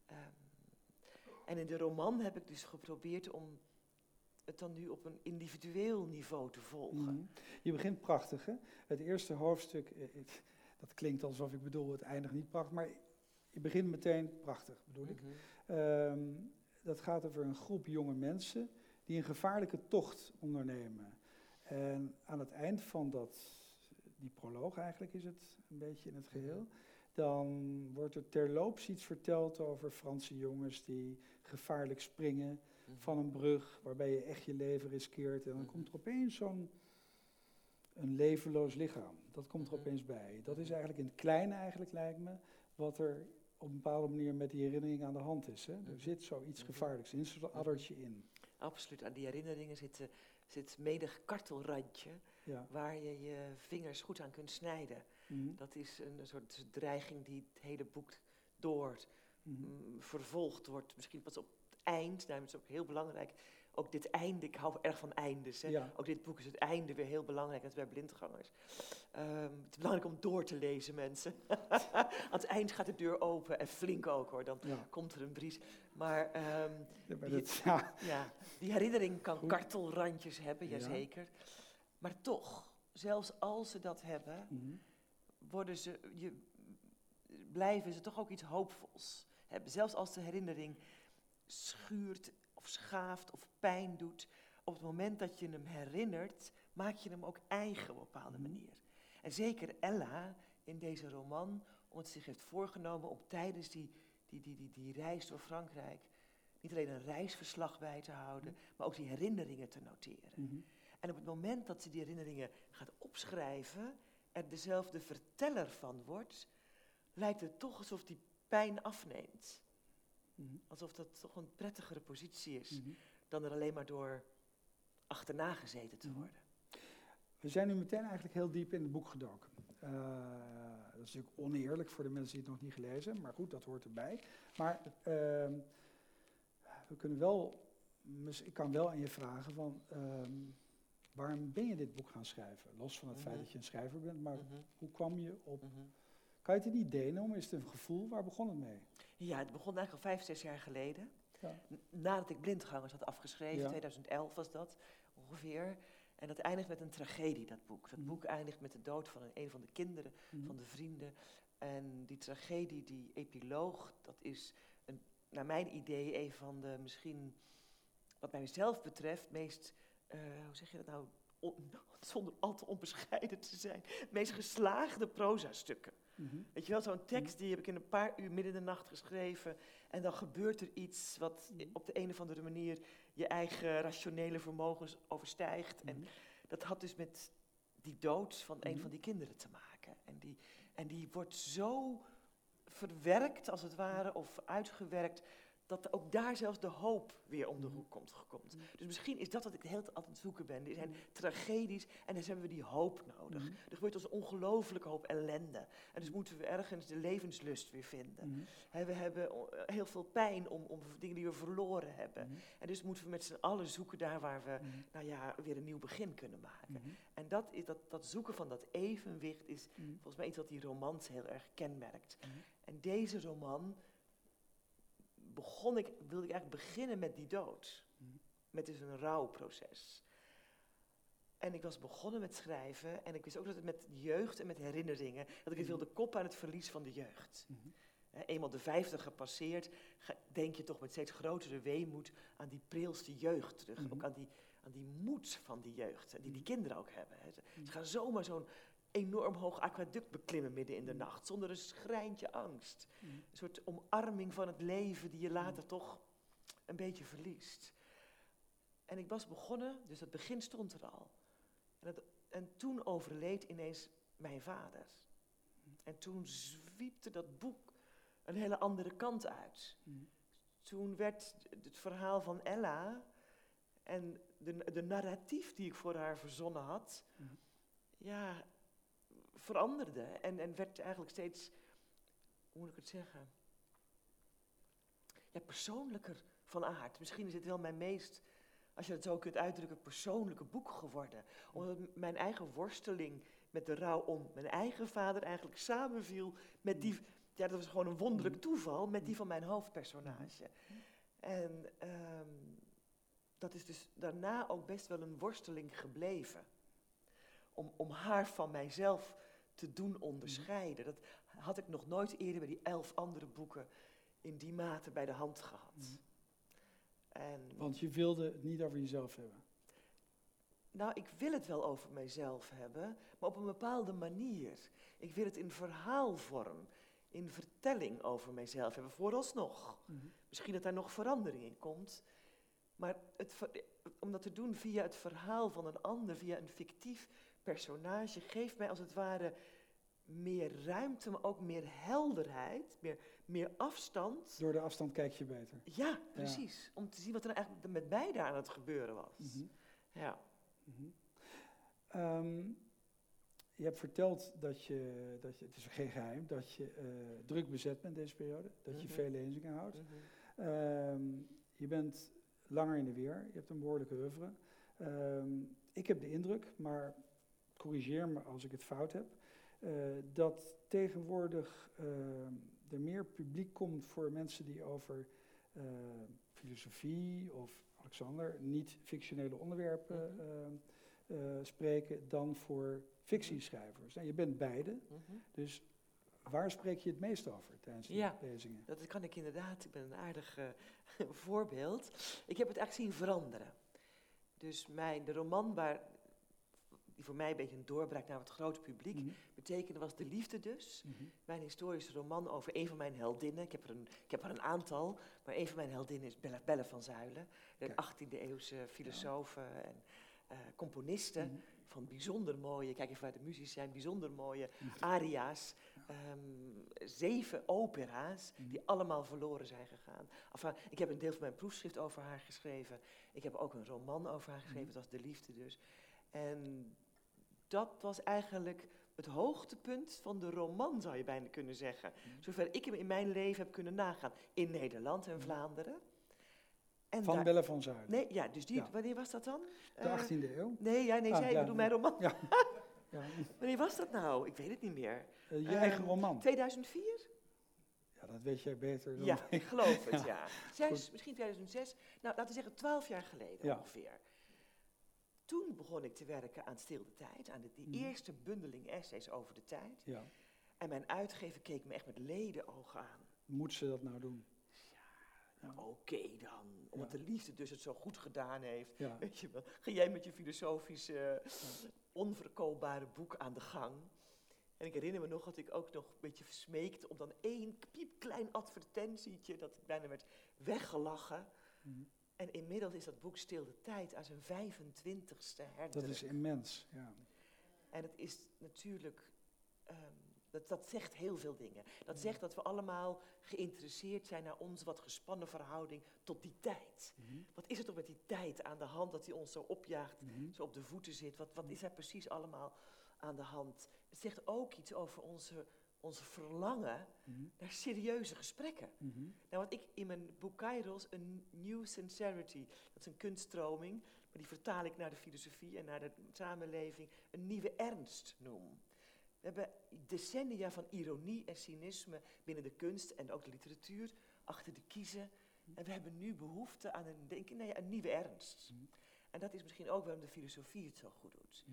Speaker 3: En in de roman heb ik dus geprobeerd om het dan nu op een individueel niveau te volgen.
Speaker 1: Je begint prachtig, hè? Het eerste hoofdstuk, dat klinkt alsof ik bedoel, het eindigt niet prachtig, maar je begint meteen prachtig, bedoel ik. Dat gaat over een groep jonge mensen die een gevaarlijke tocht ondernemen. En aan het eind van die proloog eigenlijk is het een beetje in het geheel, dan wordt er terloops iets verteld over Franse jongens die gevaarlijk springen van een brug, waarbij je echt je leven riskeert. En dan komt er opeens een levenloos lichaam. Dat komt er opeens bij. Dat is eigenlijk in het kleine, eigenlijk lijkt me, wat er op een bepaalde manier met die herinnering aan de hand is. Hè? Er zit zoiets gevaarlijks in, zo'n addertje in.
Speaker 3: Absoluut, aan die herinneringen zit menig kartelrandje, waar je je vingers goed aan kunt snijden. Dat is een soort dreiging die het hele boek vervolgd wordt. Misschien pas op het eind, nou, dat is ook heel belangrijk. Ook dit einde, ik hou erg van eindes. Hè. Ook dit boek is het einde weer heel belangrijk, dat is bij blindgangers. Het is belangrijk om door te lezen, mensen. Aan het eind gaat de deur open, en flink ook hoor, dan komt er een bries. Maar die herinnering kan kartelrandjes hebben, jazeker. Maar toch, zelfs als ze dat hebben, blijven ze toch ook iets hoopvols hebben. Zelfs als de herinnering schuurt of schaaft of pijn doet, op het moment dat je hem herinnert, maak je hem ook eigen op een bepaalde manier. En zeker Ella in deze roman, omdat ze zich heeft voorgenomen om tijdens die reis door Frankrijk niet alleen een reisverslag bij te houden, maar ook die herinneringen te noteren. En op het moment dat ze die herinneringen gaat opschrijven, er dezelfde verteller van wordt, lijkt het toch alsof die pijn afneemt. Alsof dat toch een prettigere positie is dan er alleen maar door achterna gezeten te worden.
Speaker 1: We zijn nu meteen eigenlijk heel diep in het boek gedoken. Dat is natuurlijk oneerlijk voor de mensen die het nog niet gelezen hebben, maar goed, dat hoort erbij. Maar ik kan wel aan je vragen van, waarom ben je dit boek gaan schrijven? Los van het feit dat je een schrijver bent, maar hoe kwam je op? Kan je het een idee noemen? Is het een gevoel? Waar begon het mee?
Speaker 3: Ja, het begon eigenlijk al 5-6 jaar geleden. Nadat ik Blindgangers had afgeschreven, 2011 was dat ongeveer. En dat eindigt met een tragedie, dat boek. Dat boek eindigt met de dood van een van de kinderen, van de vrienden. En die tragedie, die epiloog, dat is naar mijn idee een van de misschien, wat mijzelf betreft, meest, hoe zeg je dat nou, zonder al te onbescheiden te zijn, meest geslaagde proza-stukken. Weet je wel, zo'n tekst die heb ik in een paar uur midden in de nacht geschreven en dan gebeurt er iets wat op de een of andere manier je eigen rationele vermogens overstijgt. En dat had dus met die dood van een van die kinderen te maken. En die wordt zo verwerkt, als het ware, of uitgewerkt, dat ook daar zelfs de hoop weer om de hoek komt. Dus misschien is dat wat ik de hele tijd aan het zoeken ben. Er zijn tragedies en dus hebben we die hoop nodig. Er gebeurt ons een ongelooflijke hoop ellende. En dus moeten we ergens de levenslust weer vinden. We hebben heel veel pijn om dingen die we verloren hebben. En dus moeten we met z'n allen zoeken daar waar we weer een nieuw begin kunnen maken. En dat zoeken van dat evenwicht is volgens mij iets wat die romans heel erg kenmerkt. En deze roman wilde ik eigenlijk beginnen met die dood. Met dus een rouwproces. En ik was begonnen met schrijven en ik wist ook dat het met jeugd en met herinneringen, dat ik het wilde koppelen aan het verlies van de jeugd. Eenmaal de 50 gepasseerd, denk je toch met steeds grotere weemoed aan die prilste jeugd terug. Ook aan die moed van die jeugd, die kinderen ook hebben. Ze gaan zomaar zo'n enorm hoog aquaduct beklimmen midden in de nacht, zonder een schrijntje angst. Een soort omarming van het leven die je later toch een beetje verliest. En ik was begonnen, dus het begin stond er al. En toen overleed ineens mijn vader. En toen zwiepte dat boek een hele andere kant uit. Toen werd het verhaal van Ella en de narratief die ik voor haar verzonnen had, veranderde en werd eigenlijk steeds, hoe moet ik het zeggen, persoonlijker van aard. Misschien is het wel mijn meest, als je het zo kunt uitdrukken, persoonlijke boek geworden. Omdat mijn eigen worsteling met de rouw om mijn eigen vader eigenlijk samenviel met die, dat was gewoon een wonderlijk toeval, met die van mijn hoofdpersonage. En dat is dus daarna ook best wel een worsteling gebleven. Om haar van mijzelf te doen onderscheiden. Dat had ik nog nooit eerder bij die 11 andere boeken in die mate bij de hand gehad.
Speaker 1: Want je wilde het niet over jezelf hebben.
Speaker 3: Nou, ik wil het wel over mijzelf hebben, maar op een bepaalde manier. Ik wil het in verhaalvorm, in vertelling over mijzelf hebben, vooralsnog. Misschien dat daar nog verandering in komt. Maar om dat te doen via het verhaal van een ander, via een fictief personage, geeft mij als het ware meer ruimte, maar ook meer helderheid, meer afstand. Door
Speaker 1: de afstand kijk je beter.
Speaker 3: Ja, precies. Om te zien wat er eigenlijk met mij daar aan het gebeuren was. Ja.
Speaker 1: Je hebt verteld dat je, het is geen geheim, dat je druk bezet bent deze periode, dat je veel lezingen houdt. Je bent langer in de weer, je hebt een behoorlijke oeuvre. Ik heb de indruk, maar corrigeer me als ik het fout heb, dat tegenwoordig er meer publiek komt voor mensen die over filosofie of, Alexander, niet fictionele onderwerpen spreken dan voor fictieschrijvers. En je bent beide, dus waar spreek je het meest over tijdens de lezingen?
Speaker 3: Dat kan ik inderdaad. Ik ben een aardig voorbeeld. Ik heb het echt zien veranderen. Dus de roman die voor mij een beetje een doorbraak naar het grote publiek betekende, was De Liefde dus. Mijn historische roman over een van mijn heldinnen. Ik heb er een aantal, maar een van mijn heldinnen is Belle van Zuilen. Een 18e-eeuwse filosoof en componiste van bijzonder mooie, kijk even waar de muziek zijn, bijzonder mooie aria's. 7 opera's die allemaal verloren zijn gegaan. Enfin, ik heb een deel van mijn proefschrift over haar geschreven. Ik heb ook een roman over haar geschreven, dat was De Liefde dus. En dat was eigenlijk het hoogtepunt van de roman, zou je bijna kunnen zeggen. Zover ik hem in mijn leven heb kunnen nagaan. In Nederland en Vlaanderen.
Speaker 1: En van Belle van Zuilen.
Speaker 3: Nee, ja, dus wanneer was dat dan?
Speaker 1: De 18e eeuw?
Speaker 3: Ik bedoel mijn roman.
Speaker 1: Ja.
Speaker 3: Wanneer was dat nou? Ik weet het niet meer.
Speaker 1: Je eigen roman.
Speaker 3: 2004?
Speaker 1: Ja, dat weet jij beter dan
Speaker 3: ik geloof het, ja. Misschien 2006. Nou, laten we zeggen 12 jaar geleden ongeveer. toen begon ik te werken aan Stil de Tijd, aan die eerste bundeling essays over de tijd.
Speaker 1: Ja.
Speaker 3: En mijn uitgever keek me echt met ledenogen aan.
Speaker 1: Moet ze dat nou doen?
Speaker 3: Oké dan, omdat de liefde dus het zo goed gedaan heeft.
Speaker 1: Ja.
Speaker 3: Weet je wel, ga jij met je filosofische, onverkoopbare boek aan de gang. En ik herinner me nog dat ik ook nog een beetje smeekte om dan 1 piepklein advertentietje, dat bijna werd weggelachen. En inmiddels is dat boek Stil de Tijd aan zijn 25ste herdruk.
Speaker 1: Dat is immens, ja.
Speaker 3: En het is natuurlijk, dat zegt heel veel dingen. Dat zegt dat we allemaal geïnteresseerd zijn naar onze wat gespannen verhouding tot die tijd. Wat is er toch met die tijd aan de hand dat hij ons zo opjaagt, zo op de voeten zit? Wat is er precies allemaal aan de hand? Het zegt ook iets over onze verlangen naar serieuze gesprekken. Nou, wat ik in mijn boek Kairos, een New Sincerity, dat is een kunststroming, maar die vertaal ik naar de filosofie en naar de samenleving, een nieuwe ernst noem. We hebben decennia van ironie en cynisme binnen de kunst en ook de literatuur achter de kiezen. En we hebben nu behoefte aan een nieuwe ernst. En dat is misschien ook waarom de filosofie het zo goed doet.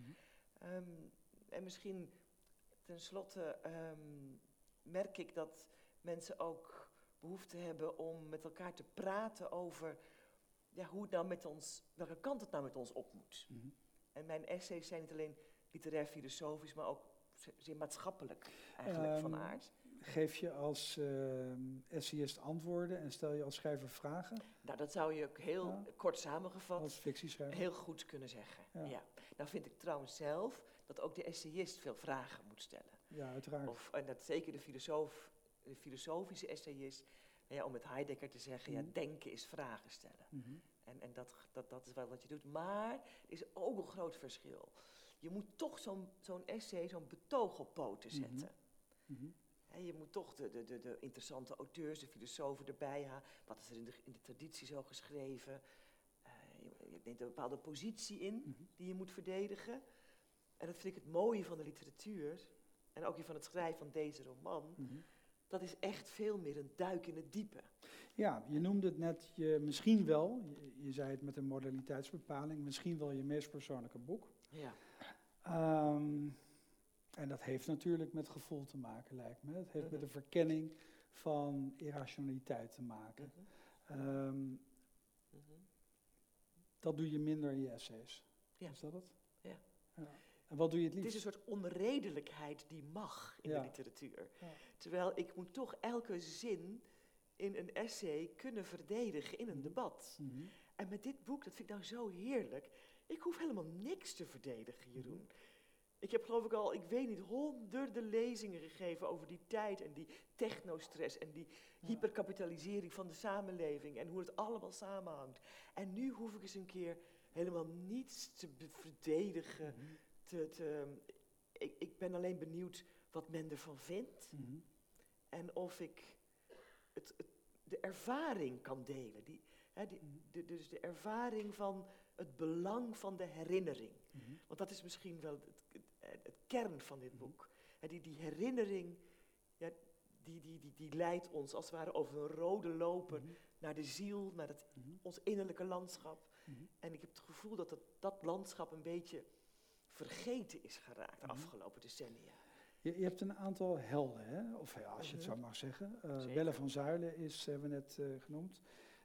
Speaker 3: En misschien tenslotte merk ik dat mensen ook behoefte hebben om met elkaar te praten over hoe het nou met ons, welke kant het nou met ons op moet. En mijn essays zijn niet alleen literair-filosofisch, maar ook zeer maatschappelijk eigenlijk van aard.
Speaker 1: Geef je als essayist antwoorden en stel je als schrijver vragen?
Speaker 3: Nou, dat zou je ook heel kort samengevat
Speaker 1: als fictieschrijver
Speaker 3: heel goed kunnen zeggen. Ja. Nou vind ik trouwens zelf dat ook de essayist veel vragen moet stellen.
Speaker 1: Ja, uiteraard.
Speaker 3: En dat zeker de filosofische essayist, om met Heidegger te zeggen, denken is vragen stellen. En dat is wel wat je doet. Maar er is ook een groot verschil. Je moet toch zo'n essay, zo'n betoog op poten zetten. Je moet toch de interessante auteurs, de filosofen erbij halen. Wat is er in de traditie zo geschreven? Je neemt een bepaalde positie in die je moet verdedigen. En dat vind ik het mooie van de literatuur. En ook van het schrijven van deze roman. Dat is echt veel meer een duik in het diepe.
Speaker 1: Ja, je noemde het net, misschien wel, je zei het met een modaliteitsbepaling, misschien wel je meest persoonlijke boek.
Speaker 3: Ja.
Speaker 1: En dat heeft natuurlijk met gevoel te maken, lijkt me. Het heeft met de verkenning van irrationaliteit te maken. Dat doe je minder in je essays.
Speaker 3: Ja.
Speaker 1: Is dat het?
Speaker 3: Ja.
Speaker 1: En wat doe je het
Speaker 3: Het
Speaker 1: liefst?
Speaker 3: is een soort onredelijkheid die mag in de literatuur. Ja. Terwijl ik moet toch elke zin in een essay kunnen verdedigen in een debat. En met dit boek, dat vind ik nou zo heerlijk. Ik hoef helemaal niks te verdedigen, Jeroen. Ik heb geloof ik al, ik weet niet, honderden lezingen gegeven over die tijd en die technostress en die hyperkapitalisering van de samenleving en hoe het allemaal samenhangt. En nu hoef ik eens een keer helemaal niets te verdedigen. Ik ben alleen benieuwd wat men ervan vindt en of ik de ervaring kan delen. Dus de ervaring van het belang van de herinnering. Want dat is misschien wel het kern van dit boek. Die herinnering, die leidt ons als het ware over een rode loper naar de ziel, naar ons innerlijke landschap. En ik heb het gevoel dat dat landschap een beetje vergeten is geraakt de afgelopen decennia.
Speaker 1: Je hebt een aantal helden, hè? Of ja, als je het zo mag zeggen. Belle van Zuilen hebben we net genoemd.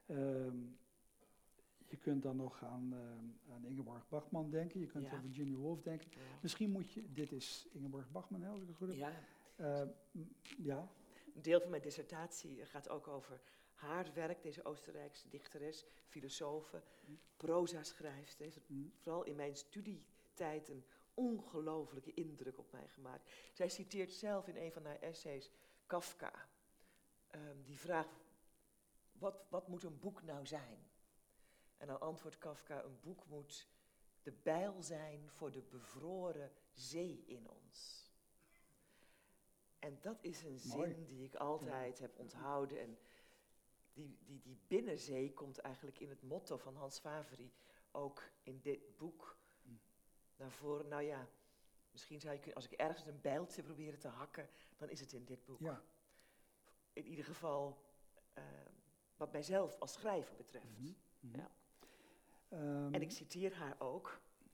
Speaker 1: Je kunt dan nog aan Ingeborg Bachmann denken. Je kunt aan Virginia Woolf denken. Ja. Misschien moet je... Dit is Ingeborg Bachmann, als ik het goed heb.
Speaker 3: Ja. Een deel van mijn dissertatie gaat ook over haar werk. Deze Oostenrijkse dichteres, filosofe, proza schrijft. Heeft vooral in mijn studietijd een ongelofelijke indruk op mij gemaakt. Zij citeert zelf in een van haar essays Kafka. Die vraagt, wat moet een boek nou zijn? En dan antwoordt Kafka, een boek moet de bijl zijn voor de bevroren zee in ons. En dat is een zin die ik altijd heb onthouden. En die binnenzee komt eigenlijk in het motto van Hans Favory ook in dit boek naar voren. Nou ja, misschien zou je kunnen, als ik ergens een bijltje proberen te hakken, dan is het in dit boek. Ja. In ieder geval wat mijzelf als schrijver betreft. Ja. En ik citeer haar ook.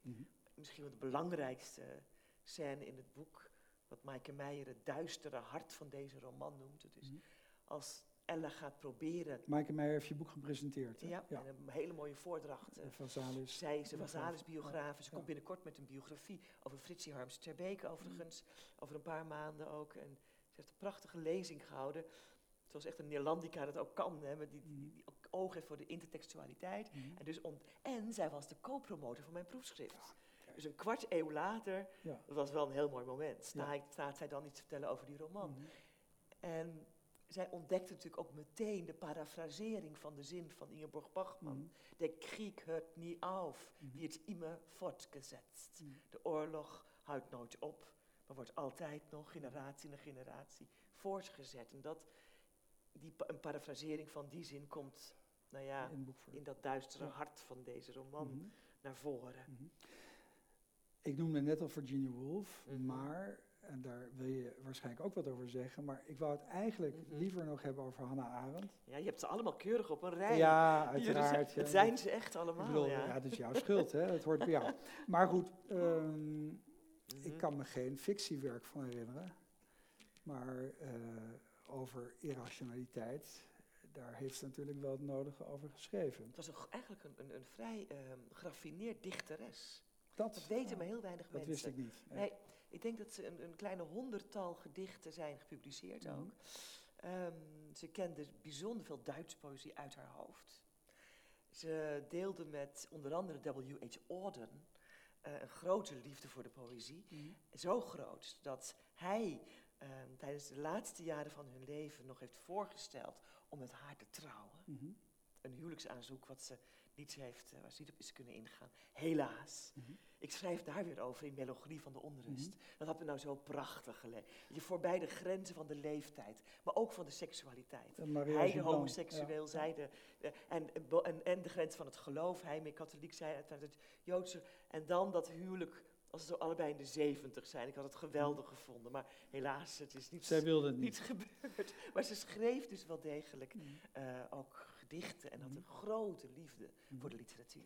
Speaker 3: Misschien wel de belangrijkste scène in het boek, wat Maaike Meijer het duistere hart van deze roman noemt. Het is als Ella gaat proberen...
Speaker 1: Maaike Meijer heeft je boek gepresenteerd. Hè?
Speaker 3: Ja, en een hele mooie voordracht.
Speaker 1: Vazalis.
Speaker 3: Zij is een Vazalis-biograaf. Ze komt binnenkort met een biografie over Fritsie Harms ter Beek overigens. Over een paar maanden ook. En ze heeft een prachtige lezing gehouden. Zoals echt een Neerlandica dat ook kan. Hè, met die ook oog heeft voor de intertextualiteit. En zij was de co-promotor van mijn proefschrift. Dus een kwart eeuw later, dat was wel een heel mooi moment, staat zij dan iets te vertellen over die roman. En zij ontdekte natuurlijk ook meteen de parafrasering van de zin van Ingeborg Bachmann. De Krieg hört nie auf, wird immer fortgesetzt. De oorlog houdt nooit op, maar wordt altijd nog generatie na generatie voortgezet. En een parafrasering van die zin komt, in dat duistere hart van deze roman naar voren.
Speaker 1: Ik noemde net al Virginia Woolf, maar, en daar wil je waarschijnlijk ook wat over zeggen, maar ik wou het eigenlijk liever nog hebben over Hannah Arendt.
Speaker 3: Ja, je hebt ze allemaal keurig op een rij.
Speaker 1: Ja, uiteraard.
Speaker 3: Het zijn ze echt allemaal.
Speaker 1: Ik bedoel, het is jouw schuld, hè? Het hoort bij jou. Maar goed, ik kan me geen fictiewerk van herinneren, maar over irrationaliteit, daar heeft ze natuurlijk wel het nodige over geschreven.
Speaker 3: Het was eigenlijk een vrij geraffineerd dichteres.
Speaker 1: Dat
Speaker 3: weten maar heel weinig mensen.
Speaker 1: Dat wist ik niet.
Speaker 3: Nee, ik denk dat ze een kleine 100-tal gedichten zijn gepubliceerd ook. Ze kende bijzonder veel Duitse poëzie uit haar hoofd. Ze deelde met onder andere W.H. Auden een grote liefde voor de poëzie. Zo groot dat hij tijdens de laatste jaren van hun leven nog heeft voorgesteld om met haar te trouwen. Een huwelijksaanzoek wat ze waar ze niet op is kunnen ingaan. Helaas. Ik schrijf daar weer over in Melancholie van de Onrust. Dat had me nou zo prachtig gelezen. Je voorbij de grenzen van de leeftijd, maar ook van de seksualiteit. Hij de homoseksueel, zij en de grens van het geloof. Hij meer katholiek, zij uit het Joodse. En dan dat huwelijk, als ze zo allebei in de 70 zijn. Ik had het geweldig gevonden, maar helaas, het is niet,
Speaker 1: zij wilde het niet
Speaker 3: gebeurd. Maar ze schreef dus wel degelijk ook gedichten en had een grote liefde voor de literatuur.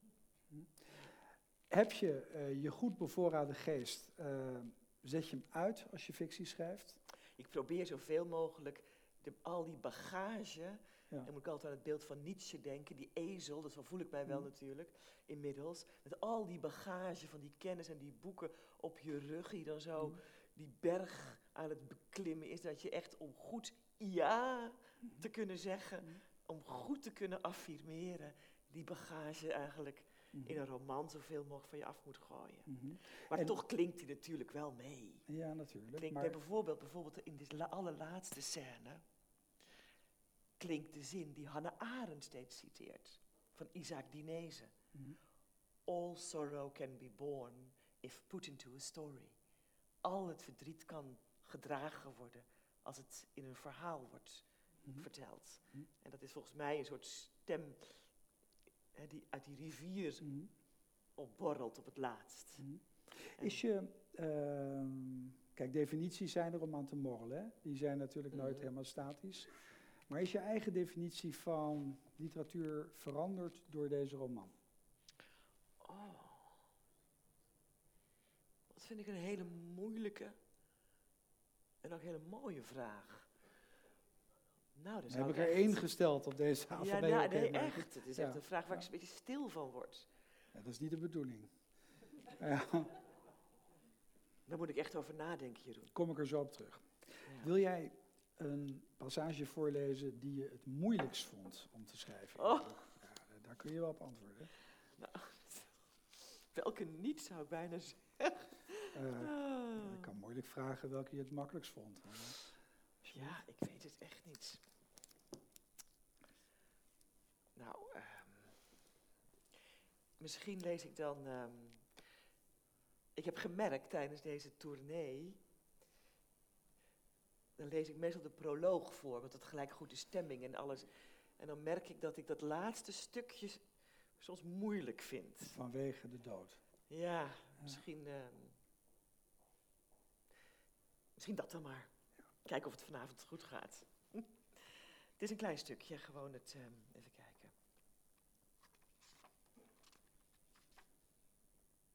Speaker 1: Heb je je goed bevoorrade geest, zet je hem uit als je fictie schrijft?
Speaker 3: Ik probeer zoveel mogelijk al die bagage, dan moet ik altijd aan het beeld van Nietzsche denken, die ezel, dat voel ik mij wel natuurlijk inmiddels, met al die bagage van die kennis en die boeken op je rug, die dan zo die berg aan het beklimmen is, dat je echt om goed ja te kunnen zeggen, om goed te kunnen affirmeren, die bagage eigenlijk in een roman zoveel mogelijk van je af moet gooien. Maar toch klinkt die natuurlijk wel mee.
Speaker 1: Ja, natuurlijk.
Speaker 3: Klinkt bij bijvoorbeeld in de allerlaatste scène, klinkt de zin die Hannah Arendt steeds citeert, van Isaac Dinese. All sorrow can be borne if put into a story. Al het verdriet kan gedragen worden als het in een verhaal wordt verteld. En dat is volgens mij een soort stem die uit die rivier opborrelt op het laatst.
Speaker 1: Is je, kijk, definities zijn er om aan te morrelen, hè? Die zijn natuurlijk nooit helemaal statisch. Maar is je eigen definitie van literatuur veranderd door deze roman?
Speaker 3: Dat vind ik een hele moeilijke en ook hele mooie vraag. Nou,
Speaker 1: dan heb ik er één gesteld op deze avond.
Speaker 3: Ja, nee, echt. Het is echt een vraag waar ik een beetje stil van word.
Speaker 1: Ja, dat is niet de bedoeling.
Speaker 3: Daar moet ik echt over nadenken, Jeroen.
Speaker 1: Kom ik er zo op terug. Ja. Wil jij een passage voorlezen die je het moeilijkst vond om te schrijven? Ja, daar kun je wel op antwoorden.
Speaker 3: Nou, welke niet, zou ik bijna zeggen.
Speaker 1: Ik kan moeilijk vragen welke je het makkelijkst vond.
Speaker 3: Ja, ik weet het echt niet. Nou, misschien lees ik dan... ik heb gemerkt tijdens deze tournee... Dan lees ik meestal de proloog voor, want dat gelijk goed de stemming en alles. En dan merk ik dat ik dat laatste stukje soms moeilijk vind.
Speaker 1: Vanwege de dood.
Speaker 3: Ja, misschien dat dan maar. Kijken of het vanavond goed gaat. Het is een klein stukje, gewoon het... even kijken.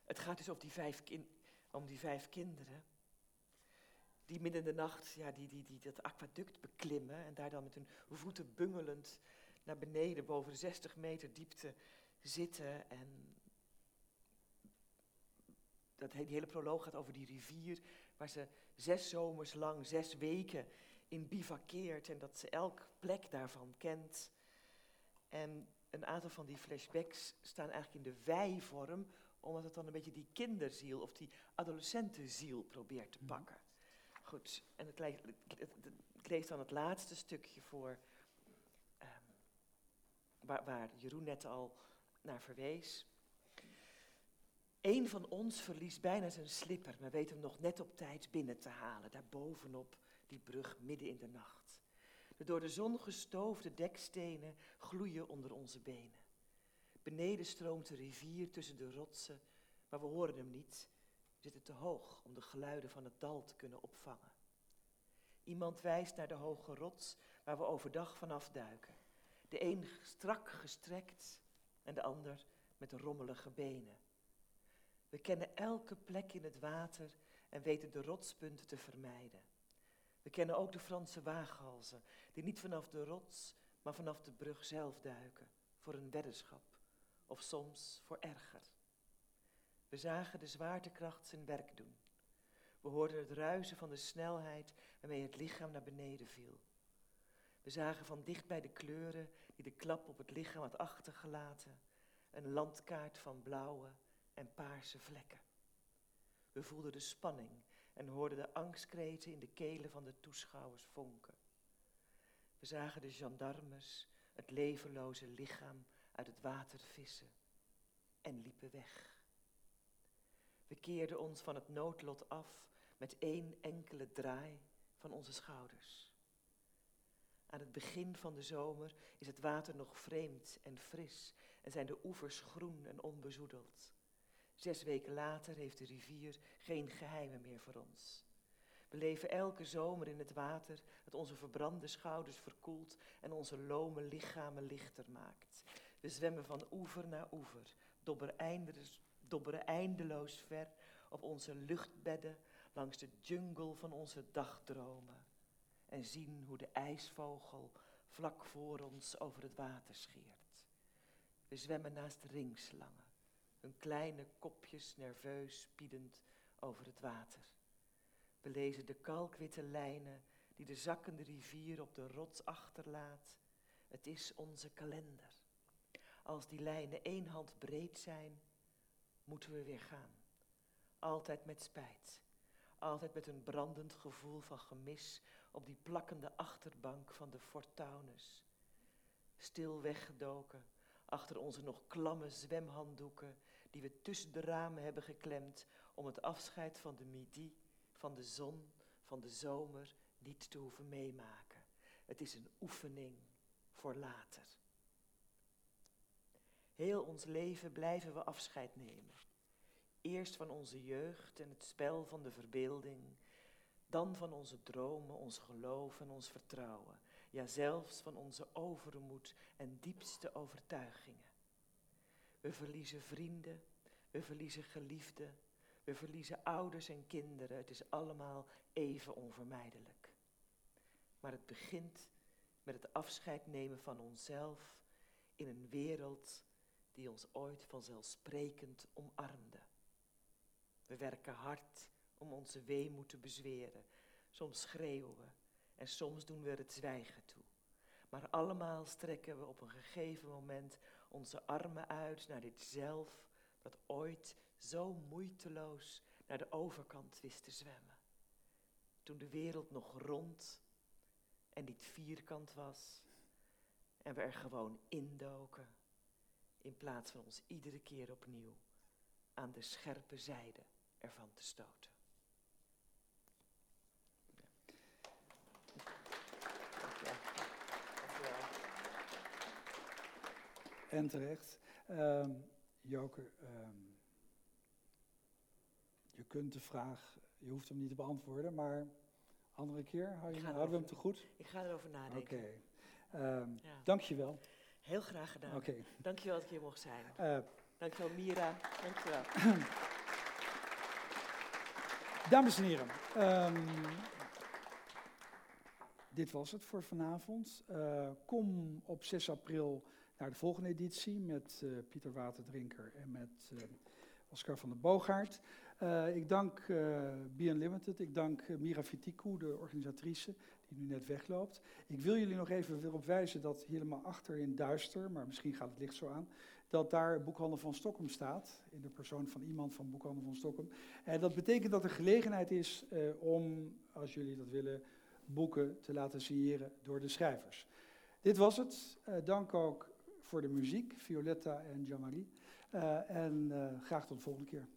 Speaker 3: Het gaat dus om die 5 kinderen die midden in de nacht die dat aquaduct beklimmen en daar dan met hun voeten bungelend naar beneden boven 60 meter diepte zitten. En die hele proloog gaat over die rivier waar ze 6 zomers lang, 6 weken in bivakkeert en dat ze elk plek daarvan kent. En een aantal van die flashbacks staan eigenlijk in de wij-vorm, omdat het dan een beetje die kinderziel of die adolescentenziel probeert te pakken. Goed, en ik lees dan het laatste stukje voor, waar Jeroen net al naar verwees. Eén van ons verliest bijna zijn slipper, maar weet hem nog net op tijd binnen te halen, daar bovenop die brug midden in de nacht. De door de zon gestoofde dekstenen gloeien onder onze benen. Beneden stroomt de rivier tussen de rotsen, maar we horen hem niet. We zitten te hoog om de geluiden van het dal te kunnen opvangen. Iemand wijst naar de hoge rots waar we overdag vanaf duiken. De een strak gestrekt en de ander met rommelige benen. We kennen elke plek in het water en weten de rotspunten te vermijden. We kennen ook de Franse waaghalzen, die niet vanaf de rots, maar vanaf de brug zelf duiken, voor een weddenschap, of soms voor erger. We zagen de zwaartekracht zijn werk doen. We hoorden het ruisen van de snelheid waarmee het lichaam naar beneden viel. We zagen van dichtbij de kleuren die de klap op het lichaam had achtergelaten, een landkaart van blauwe en paarse vlekken. We voelden de spanning en hoorden de angstkreten in de kelen van de toeschouwers vonken. We zagen de gendarmes het levenloze lichaam uit het water vissen en liepen weg. We keerden ons van het noodlot af met 1 enkele draai van onze schouders. Aan het begin van de zomer is het water nog vreemd en fris en zijn de oevers groen en onbezoedeld. 6 weken later heeft de rivier geen geheimen meer voor ons. We leven elke zomer in het water dat onze verbrande schouders verkoelt en onze lome lichamen lichter maakt. We zwemmen van oever naar oever, dobberen eindeloos ver op onze luchtbedden langs de jungle van onze dagdromen en zien hoe de ijsvogel vlak voor ons over het water scheert. We zwemmen naast ringslangen, hun kleine kopjes nerveus spiedend over het water. We lezen de kalkwitte lijnen die de zakkende rivier op de rots achterlaat. Het is onze kalender. Als die lijnen 1 hand breed zijn, moeten we weer gaan. Altijd met spijt. Altijd met een brandend gevoel van gemis op die plakkende achterbank van de Fortuynus. Stil weggedoken achter onze nog klamme zwemhanddoeken die we tussen de ramen hebben geklemd om het afscheid van de midi, van de zon, van de zomer niet te hoeven meemaken. Het is een oefening voor later. Heel ons leven blijven we afscheid nemen. Eerst van onze jeugd en het spel van de verbeelding, dan van onze dromen, ons geloof en ons vertrouwen. Ja, zelfs van onze overmoed en diepste overtuigingen. We verliezen vrienden, we verliezen geliefden, we verliezen ouders en kinderen. Het is allemaal even onvermijdelijk. Maar het begint met het afscheid nemen van onszelf in een wereld die ons ooit vanzelfsprekend omarmde. We werken hard om onze weemoed te bezweren. Soms schreeuwen we en soms doen we er het zwijgen toe. Maar allemaal strekken we op een gegeven moment onze armen uit naar dit zelf dat ooit zo moeiteloos naar de overkant wist te zwemmen. Toen de wereld nog rond en niet vierkant was en we er gewoon indoken in plaats van ons iedere keer opnieuw aan de scherpe zijde ervan te stoten.
Speaker 1: En terecht. Joke, je kunt de vraag, je hoeft hem niet te beantwoorden, maar andere keer houden we hem te goed?
Speaker 3: Ik ga erover nadenken.
Speaker 1: Oké. Dank je wel.
Speaker 3: Heel graag gedaan.
Speaker 1: Okay.
Speaker 3: Dank je wel dat ik hier mocht zijn. Dank je wel, Mira. Dank je wel.
Speaker 1: Dames en heren, dit was het voor vanavond. Kom op 6 april naar de volgende editie met Pieter Waterdrinker en met Oscar van der Boogaard. Ik dank Be Unlimited, ik dank Mira Fitikou, de organisatrice, die nu net wegloopt. Ik wil jullie nog even erop wijzen dat helemaal achter in duister, maar misschien gaat het licht zo aan, dat daar Boekhandel van Stockholm staat, in de persoon van iemand van Boekhandel van Stockholm. En dat betekent dat er gelegenheid is om, als jullie dat willen, boeken te laten signeren door de schrijvers. Dit was het. Dank ook voor de muziek, Violetta en Jean-Marie. En graag tot de volgende keer.